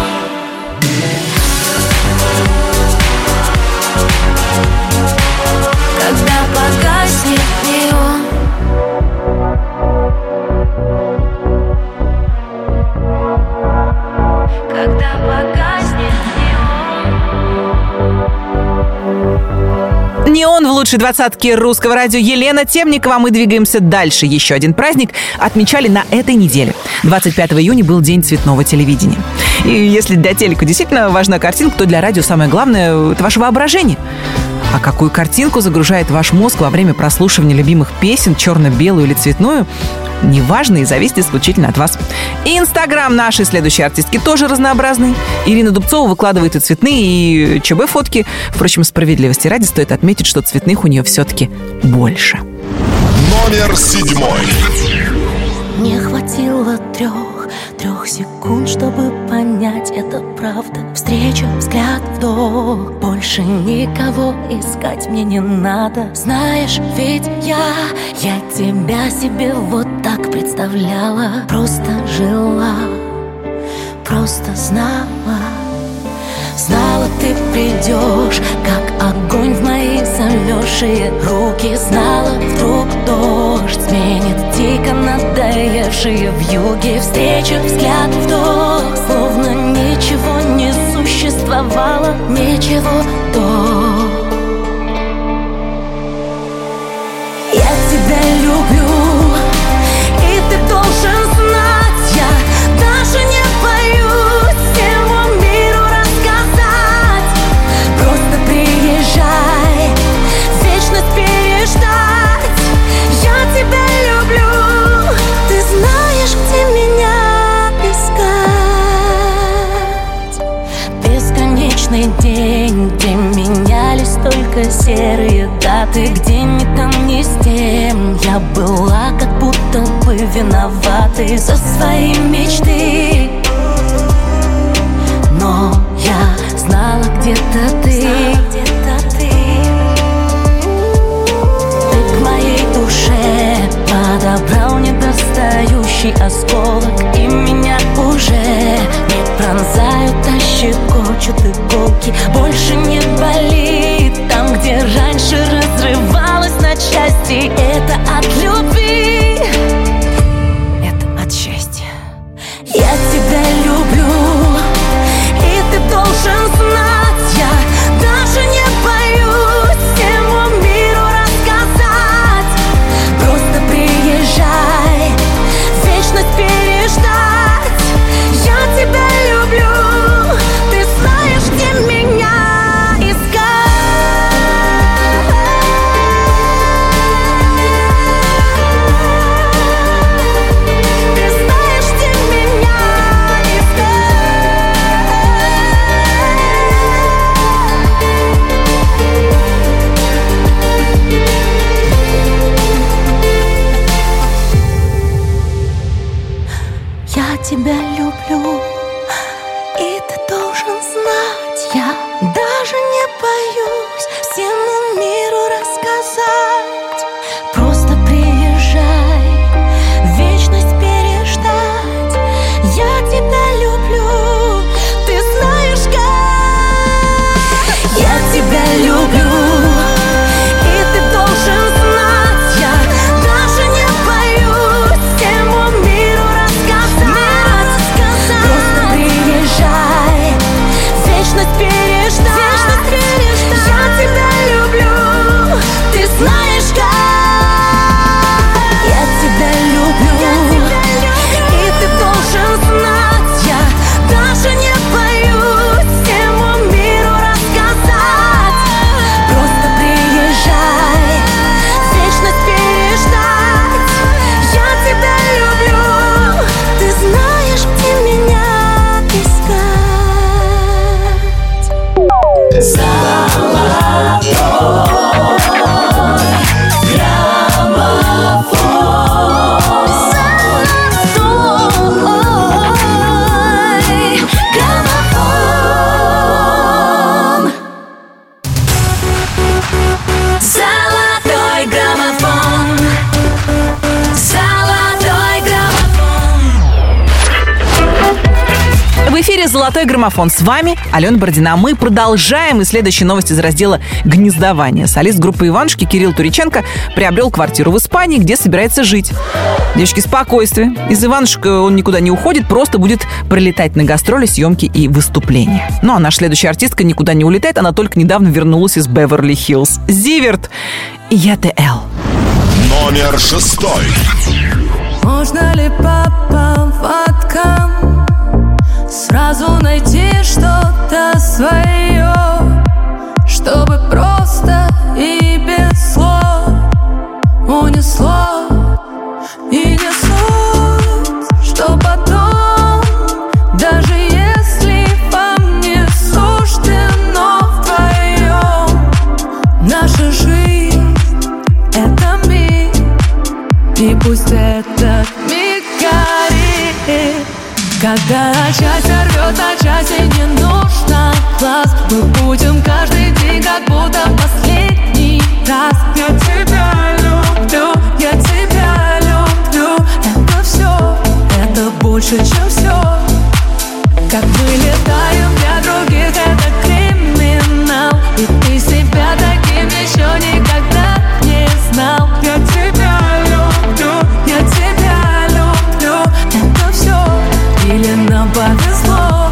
когда погаснет неон. Когда погаснет неон.
Неон в лучшей двадцатке русского радио. Елена Темникова. Мы двигаемся дальше. Еще один праздник отмечали на этой неделе. 25 июня был День цветного телевидения. И если для телека действительно важна картинка, то для радио самое главное – это ваше воображение. А какую картинку загружает ваш мозг во время прослушивания любимых песен, черно-белую или цветную, неважно и зависит исключительно от вас. И инстаграм нашей следующей артистки тоже разнообразный. Ирина Дубцова выкладывает и цветные, и ЧБ-фотки. Впрочем, справедливости ради стоит отметить, что цветных у нее все-таки больше.
Номер 7.
Не хватило трех секунд, чтобы понять, это правда. Встреча, взгляд, вдох. Больше никого искать мне не надо. Знаешь, ведь я тебя себе вот так представляла. Просто жила, просто знала. Знала, ты придешь, как огонь в мои замерзшие руки. Знала, вдруг дождь сменит дико надоевшие вьюги. Встреча, взгляд, вдох, словно ничего не существовало, ничего до. Я тебя люблю, и ты должен знать, я даже не боюсь всему миру рассказать. Просто приезжай, вечность переждать. Я тебя люблю, ты знаешь, где меня искать. Бесконечный день, где менялись только серые даты, где ни там, ни с тем я была как будто бы виноватой за свои мечты. Но я знала, где-то ты. Ты к моей душе подобрал недостающий осколок, и меня уже не пронзают, а щекочут иголки. Больше не болит там, где раньше разрывалась на части. Это от любви, это от счастья. Я тебя люблю, и ты должен знать, я даже не боюсь всему миру рассказать. Просто приезжай, вечность переждать. Я тебя люблю, ты знаешь, где меня искать. Ты знаешь, где меня искать. Я тебя люблю, и ты должен знать, я даже не боюсь всему миру рассказать. Просто приезжай, вечность переждать. Я тебя люблю, ты знаешь как. Я тебя люблю, и ты должен знать, я даже не боюсь всему миру рассказать. Просто приезжай,
В эфире «Золотой граммофон». С вами Алена Бородина. Мы продолжаем. И следующая новость из раздела «Гнездование». Солист группы «Иванушки» Кирилл Туриченко приобрел квартиру в Испании, где собирается жить. Девочки, спокойствие. Из «Иванушек» он никуда не уходит, просто будет прилетать на гастроли, съемки и выступления. Ну а наша следующая артистка никуда не улетает. Она только недавно вернулась из Беверли-Хиллз. Зиверт и ЯТЛ.
Номер 6.
Можно ли по поводкам сразу найти что-то свое, чтобы просто и без слов унесло? И не суть, что потом, даже если вам не суждено вдвоем, наша жизнь — это миг, и пусть этот миг горит. Когда часть рвет, а части не нужно глаз, мы будем каждый день как будто последний раз. Я тебя люблю, я тебя люблю. Это все, это больше, чем все. Как мы летаем для других, это криминал. И ты себя таким еще никогда не знал. Я тебя люблю, я тебя люблю. Это все, или нам повезло.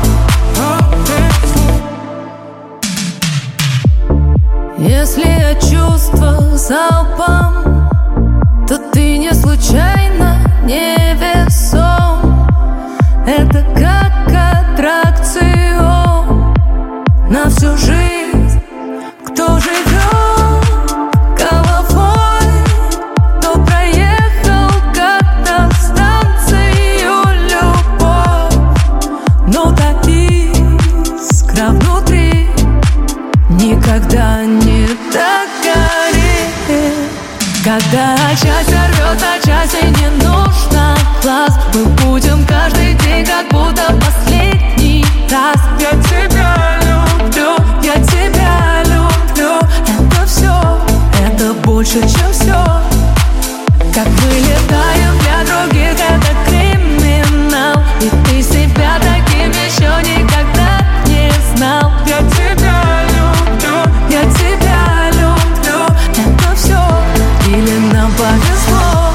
Если я чувствовал залпом, то ты не случайно невесом. Это как аттракцион на всю жизнь. Кто живет головой, кто проехал как-то станцию любовь. Но та искра внутри никогда не догорит. Когда часть рвет, а части не нужно глаз, мы будем каждый день как будто последний раз. Я тебя люблю, я тебя люблю. Это все, это больше, чем все. Как мы летаем для других, это криминал. И ты себя таким еще никогда не знал. Я тебя люблю, я тебя люблю. Это все, или нам повезло.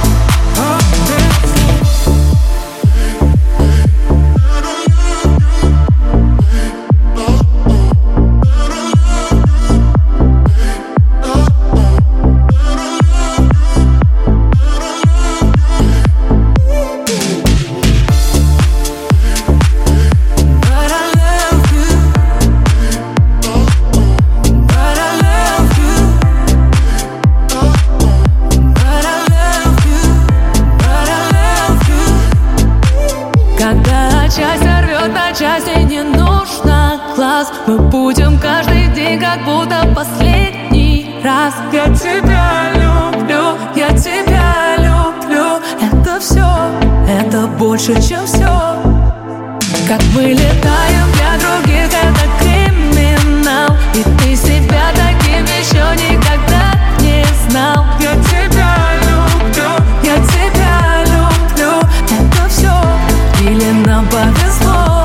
Мы будем каждый день как будто последний раз. Я тебя люблю, я тебя люблю. Это все, это больше, чем все. Как мы летаем для других, это криминал. И ты себя таким еще никогда не знал. Я тебя люблю, я тебя люблю. Это все, или нам повезло.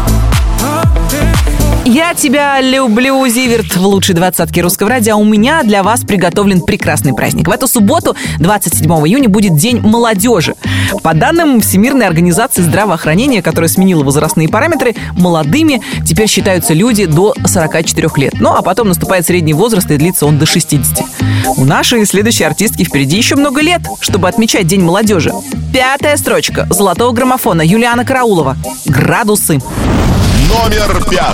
Я тебя люблю, Зиверт, в лучшей двадцатке русского радио. А у меня для вас приготовлен прекрасный праздник. В эту субботу, 27 июня, будет День молодежи. По данным Всемирной организации здравоохранения, которая сменила возрастные параметры, молодыми теперь считаются люди до 44 лет. Ну, а потом наступает средний возраст, и длится он до 60. У нашей следующей артистки впереди еще много лет, чтобы отмечать День молодежи. 5-я строчка «Золотого граммофона» Юлиана Караулова. «Градусы».
Номер 5.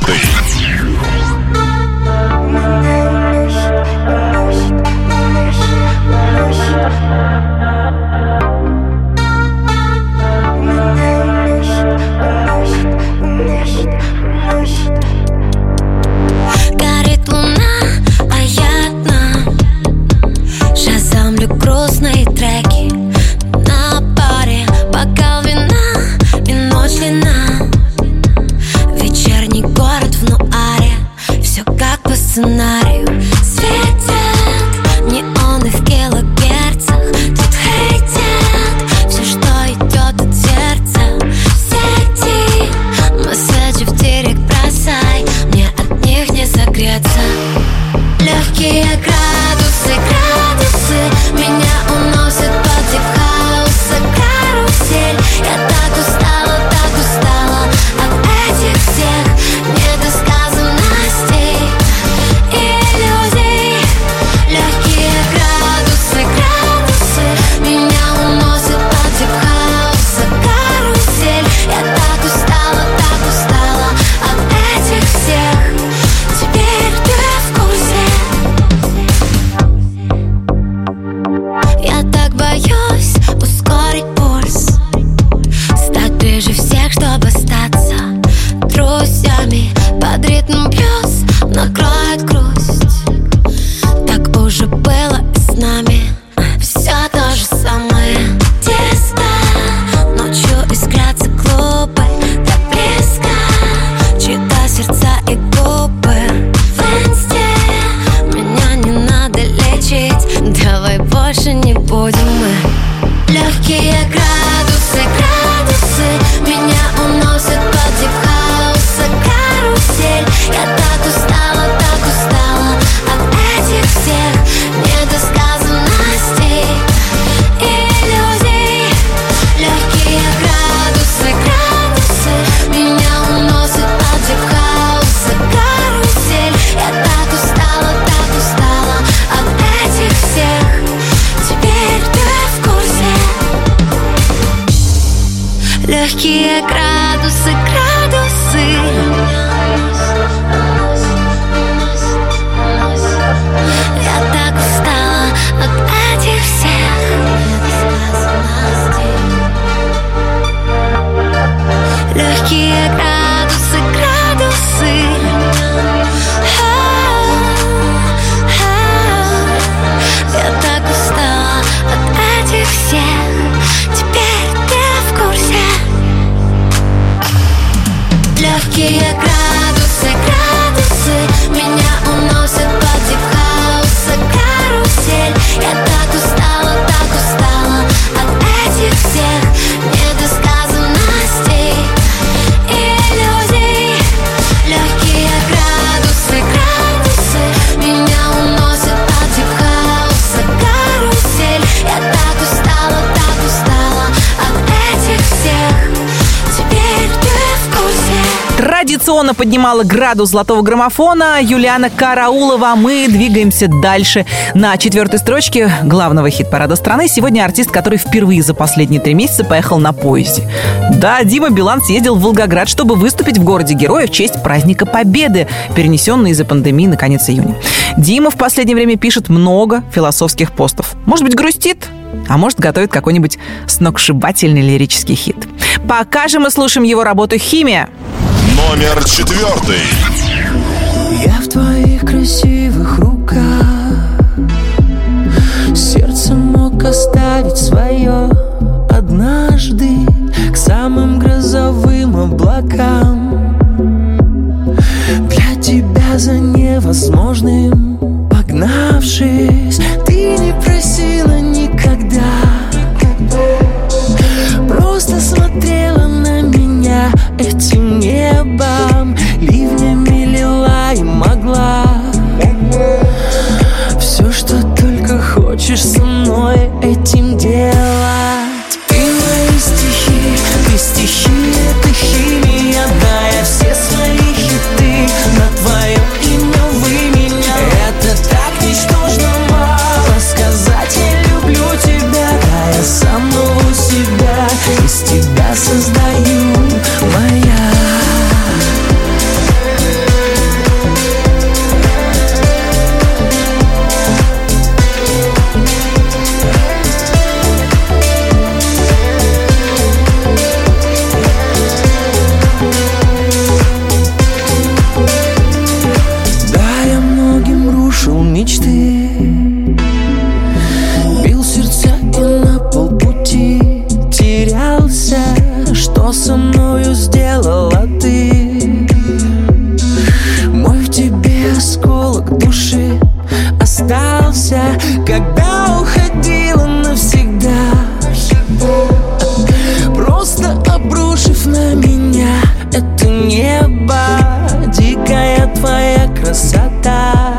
Горит луна, а я одна. Шазамлю грустные треки на паре, бокал вина и ночь длинна. Вечерний город в нуаре, все как по сценарию. Светят неоны в килогерцах, тут хейтят все, что идет от сердца. В сети месседжи в директ. чтобы остаться друзьями. Под ритм блюз накроет грусть. Так уже было с нами. Все то же самое. Диско, ночью искрятся клубы до близко. Чьи-то сердца и губы в инсте. Меня не надо лечить. Давай больше не будем мы. Легкие градусы, градусы меня уносят под дип-хаус. Карусель. Я так устала от этих всех недосказанностей, иллюзий. Легкие градусы, градусы меня уносят под дип-хаус. Карусель. Я так устала от этих всех. Теперь ты в курсе. Легкие градусы, градусы. Я так устала от этих всех недосказанностей. Легкие градусы, градусы. Я так устала от этих всех. Теперь ты в курсе. Легкие градусы, градусы меня уносят под дип-хаус. Карусель. Я так устала от этих всех недосказанностей, иллюзий. Легкие градусы, градусы меня уносят под дип-хаус. Карусель. Я так устала от этих всех. Теперь ты в курсе.
Традиционно поднимала градус золотого граммофона Юлиана Караулова. Мы двигаемся дальше. На 4-й строчке главного хит-парада страны сегодня артист, который впервые за последние 3 месяца поехал на поезде. Да, Дима Билан съездил в Волгоград, чтобы выступить в городе-герое в честь праздника Победы, перенесенный из-за пандемии на конец июня. Дима в последнее время пишет много философских постов. Может быть, грустит? А может, готовит какой-нибудь сногсшибательный лирический хит. Пока же мы слушаем его работу «Химия».
Номер 4.
Я в твоих красивых руках. Сердце мог оставить свое однажды к самым грозовым облакам. Для тебя за невозможным погнавшись, ты не просила никогда. Просто смотрела на меня этим небом, ливнями лила и могла. Все, что только хочешь со мной этим делать. Ты мои стихи, ты стихи, это химия. Да, я все свои хиты на твое имя вы меня. Это так ничтожно мало сказать я люблю тебя. Да, я самого себя из тебя создаю, моя. Мечты, бил сердца и на полпути терялся. Что со мною сделала ты? Мой в тебе осколок души остался, когда уходила навсегда. Просто обрушив на меня это небо, дикая твоя красота.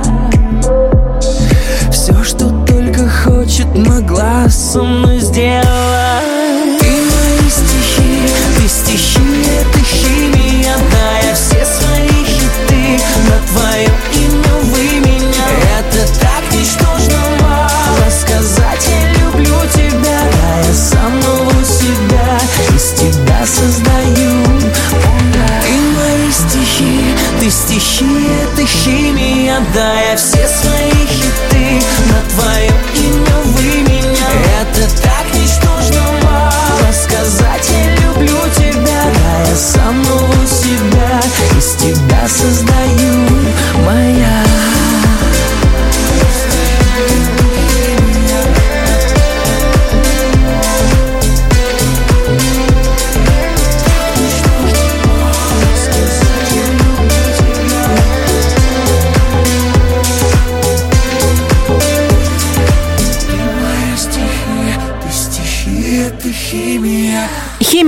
Все, что только хочет, могла со мной сделать. Ты мои стихи, ты стихи, это химия. Да, я все свои хиты на твое имя вы меня. Это так ничтожно мало сказать я люблю тебя. Да, я самого себя из тебя создаю. Ты мои стихи, ты стихи, это химия. Да, я все свои хиты на твое имя вы меня. Это так ничтожно мало сказать я люблю тебя. Да, я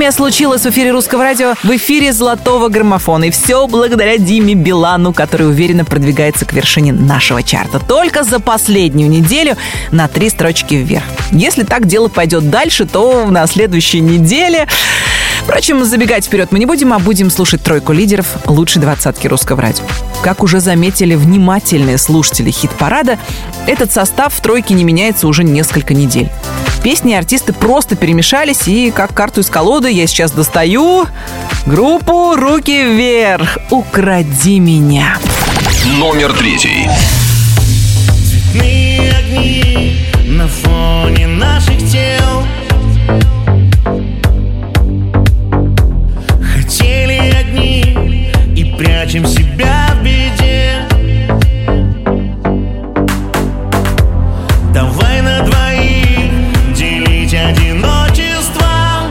Премия случилась в эфире Русского радио, в эфире Золотого граммофона. И все благодаря Диме Билану, который уверенно продвигается к вершине нашего чарта. Только за последнюю неделю на 3 строчки вверх. Если так дело пойдет дальше, то на следующей неделе... Впрочем, забегать вперед мы не будем, а будем слушать тройку лидеров лучшей двадцатки Русского радио. Как уже заметили внимательные слушатели хит-парада, этот состав в тройке не меняется уже несколько недель. Песни и артисты просто перемешались, и как карту из колоды я сейчас достаю группу «Руки вверх». «Укради меня».
Номер 3.
Цветные огни на фоне наших тел. Хотели одни и прячем себя в беде. Давай на двоих делить одиночество.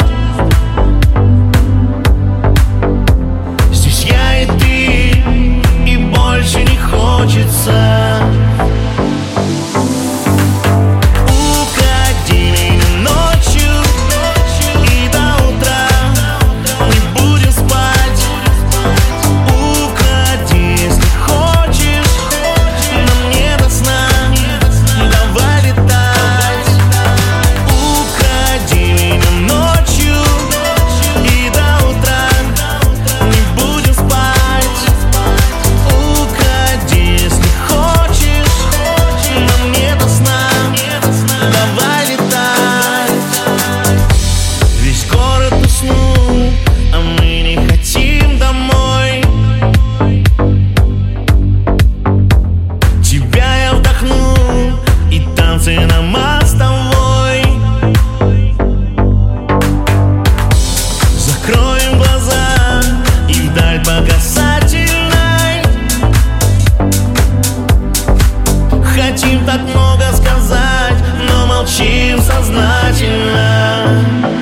Здесь я и ты, и больше не хочется. Укради меня ночью и до утра. Не будем спать. Укради, если хочешь, но мне до сна. Давай летать. Укради меня ночью и до утра. Не будем спать. Укради, если хочешь, но мне до сна. Давай летать. Весь город уснул, а мы не хотим домой. Тебя я вдохнул, и танцы на мостовой. Закроем глаза и вдаль по касательной. Хотим так много сказать, но молчим сознательно.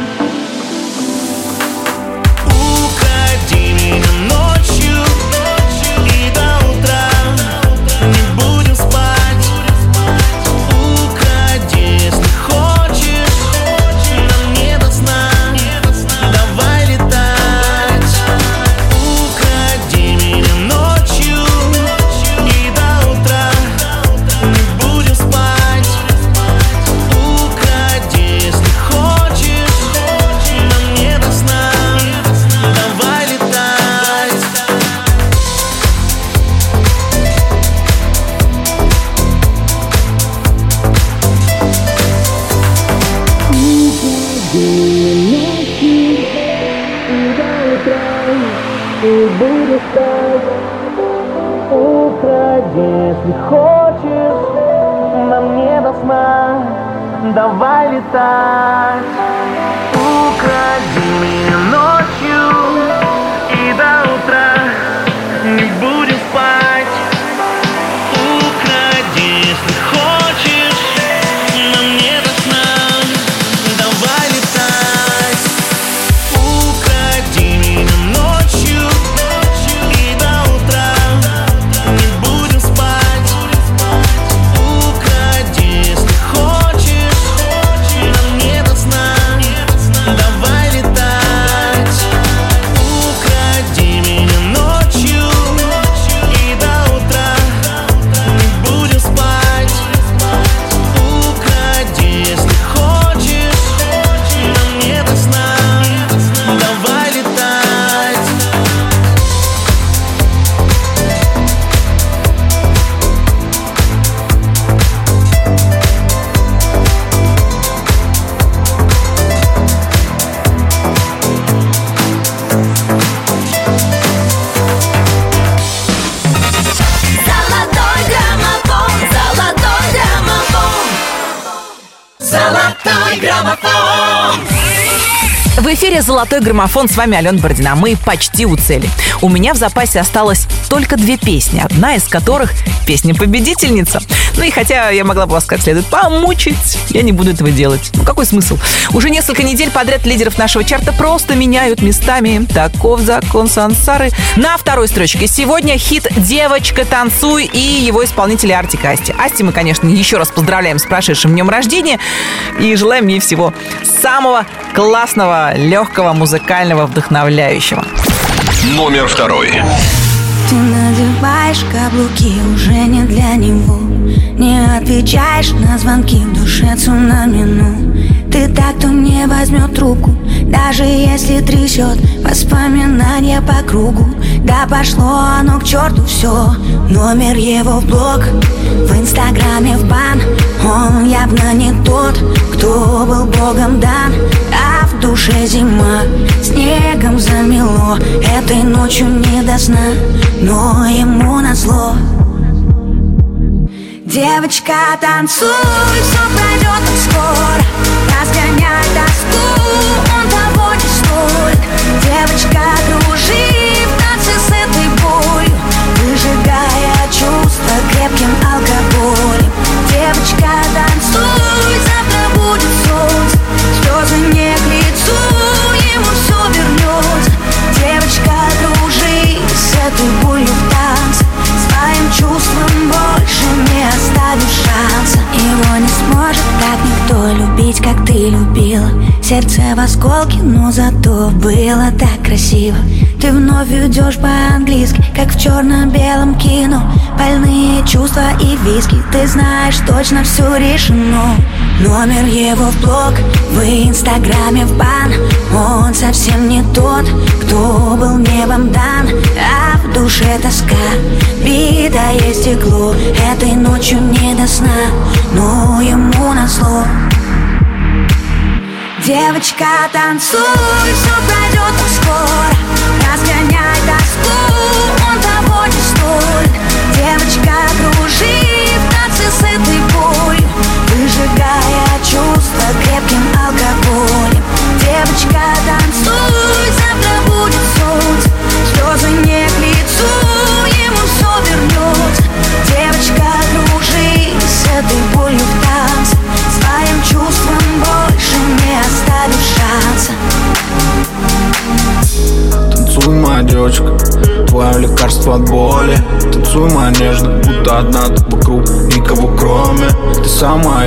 Укради меня ночью и до утра. Не будем спать. Укради, если хочешь, но мне до сна. Давай летать. Укради меня ночью и до утра. Не будем спать. Укради, если хочешь, но мне до сна. Давай летать. Укради, если хочешь, но мне до сна. Давай летать. Укради меня ночью и до утра. Не будем спать. Укради, если хочешь, но мне до сна. Давай летать. Укради меня ночью и до утра. Не будем спать. Укради, если хочешь, но мне до сна. Давай летать. Укради меня ночью и до утра. Не будем спать. Укради, если хочешь, но мне до сна. Давай летать.
Золотой граммофон, золотой граммофон, золотой граммофон.
В эфире «Золотой граммофон». С вами Алена Бородина. Мы почти у цели. У меня в запасе осталось только 2 песни, одна из которых – песня-победительница. Ну и хотя я могла бы вас как следует помучить, я не буду этого делать. Ну какой смысл? Уже несколько недель подряд лидеров нашего чарта просто меняют местами. Таков закон сансары. На второй строчке сегодня хит «Девочка, танцуй» и его исполнители Артик и Асти. Асти мы, конечно, еще раз поздравляем с прошедшим днем рождения и желаем ей всего самого классного, легкого, музыкального, вдохновляющего.
Номер второй.
Ты надеваешь каблуки уже не для него. Не отвечаешь на звонки, в душе цунами, ну. Ты так, кто не возьмет трубку, даже если трясет воспоминания по кругу. Да пошло оно к черту все. Номер его в блог, в инстаграме в бан. Он явно не тот, кто был богом дан. А в душе зима, снегом замело. Этой ночью не до сна, но ему назло. Девочка, танцуй, все пройдет так скоро. Разгоняй тоску, он того не стоит. Девочка, кружи в танце с этой болью, выжигая чувства крепким алкоголем. Девочка, танцуй, завтра будет солнце. Слезы не к лицу, ему все вернется. Девочка, кружи с этой болью в танце. Своим чувством больше не оставишь шанса. Его не сможет так никто любить, как ты любила. Сердце в осколке, но зато было так красиво. Ты вновь идешь по-английски, как в черно-белом кино. Больные чувства и виски, ты знаешь, точно все решено. Номер его в блог, в инстаграме в бан. Он совсем не тот, кто был небом дан. А в душе тоска, битое стекло. Этой ночью не до сна, но ему назло. Девочка, танцуй, все пройдет так скоро. Разгоняй тоску, он того не стоит. Девочка, кружи в танце с этой болью, выжигая чувства крепким алкоголем. Девочка, танцуй, завтра будет солнце. Слезы не к лицу, ему все вернется. Девочка, кружи с этой болью в танце. Своим чувством больше не оставишь шанса.
Танцуй, моя девочка, твое лекарство от боли. Танцуй, моя нежная, будто одна ты вокруг, никого кроме. Ты самая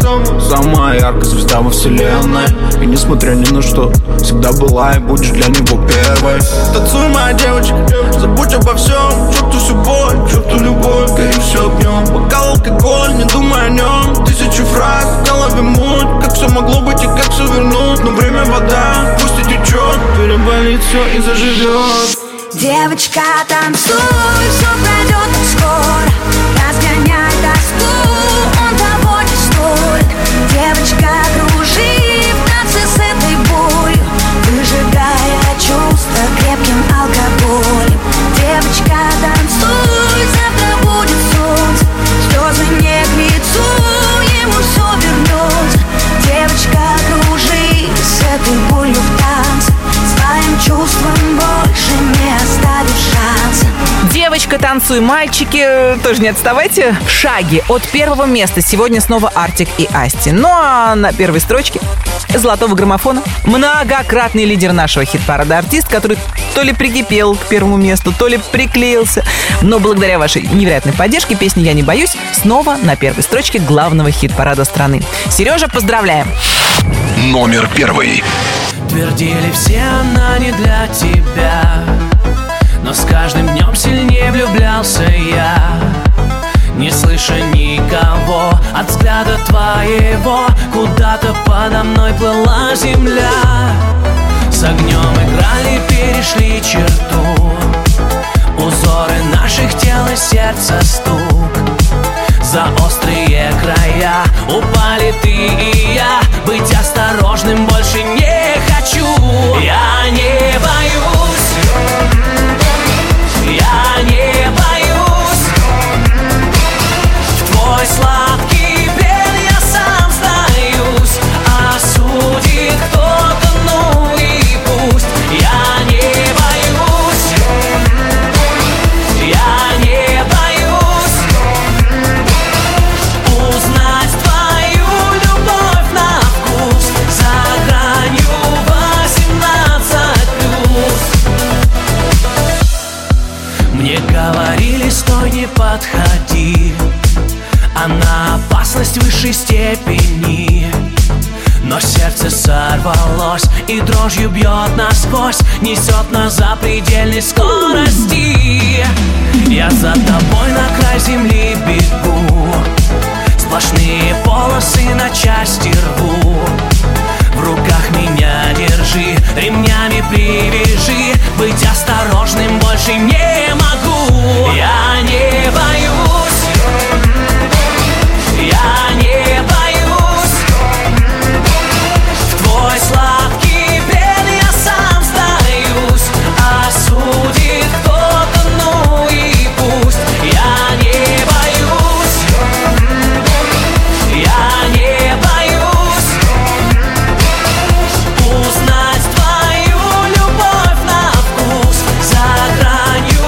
яркая звезда во вселенной. И несмотря ни на что, всегда была и будешь для него первой. Танцуй, моя девочка, забудь обо всем. Черту всю боль, черту любовь, гори все огнем. Бокал, алкоголь, не думай о нем. Тысячи фраз, в голове муть. Как все могло быть и как все вернуть. Но время вода, пусть и течет, переболит все и заживет.
Девочка, танцуй, все пройдет так скоро. Разгоняй тоску, он того не стоит. Девочка, кружи в танце с этой болью, выжигая чувства крепким алкоголем. Девочка, танцуй, завтра будет солнце. Слезы не к лицу, ему все вернется. Девочка, кружи с этой болью в танце. Своим чувством больше не оставишь шанса.
Девочка, танцуй, мальчики, тоже не отставайте. Шаги от первого места. Сегодня снова Артик и Асти. Ну а на первой строчке золотого граммофона многократный лидер нашего хит-парада артист, который то ли прикипел к первому месту, то ли приклеился. Но благодаря вашей невероятной поддержке песня «Я не боюсь» снова на первой строчке главного хит-парада страны. Сережа, поздравляем!
Номер первый.
Твердили все, она не для тебя, но с каждым днем сильнее влюблялся я. Не слыша никого, от взгляда твоего куда-то подо мной плыла земля. С огнем играли, перешли черту, узоры наших тел и сердца стук. За острые края упали ты и я. Быть осторожным больше не хочу. Я не боюсь, я не боюсь. В твой сладкий плен я сам сдаюсь. Осудит кто-то, ну и пусть. Я не боюсь, я не боюсь. Мне говорили, стой, не подходи, она опасность высшей степени. Но сердце сорвалось и дрожью бьет насквозь, несет нас за предельной скорости. Я за тобой на край земли бегу, сплошные полосы на части рву. В руках меня держи, ремнями привяжи, быть осторожным больше не могу. Я не боюсь, я не боюсь. В твой сладкий плен я сам сдаюсь. Осудит кто-то, ну и пусть. Я не боюсь, я не боюсь узнать твою любовь на вкус за гранью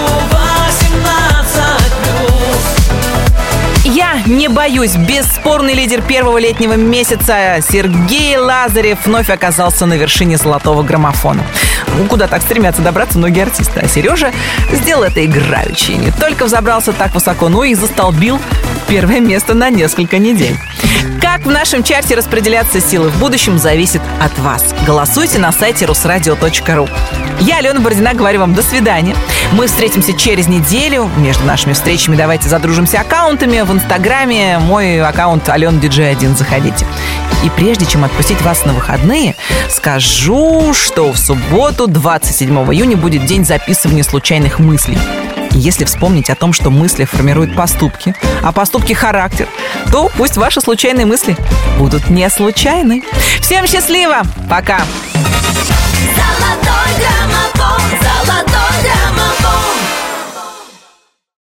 18+.
Я не боюсь. Бесспорный лидер первого летнего месяца Сергей Лазарев вновь оказался на вершине золотого граммофона. Куда так стремятся добраться многие артисты. А Сережа сделал это играючи. Не только взобрался так высоко, но и застолбил первое место на несколько недель. Как в нашем чарте распределяться силы в будущем, зависит от вас. Голосуйте на сайте rusradio.ru. Я, Алена Бородина, говорю вам до свидания. Мы встретимся через неделю. Между нашими встречами давайте задружимся аккаунтами. В Инстаграме мой аккаунт AlenaDJ1. Заходите. И прежде чем отпустить вас на выходные, скажу, что в субботу, 27 июня, будет день записывания случайных мыслей. И если вспомнить о том, что мысли формируют поступки, а поступки — характер, то пусть ваши случайные мысли будут не случайны. Всем счастливо! Пока!
Золотой граммофон, золотой граммофон.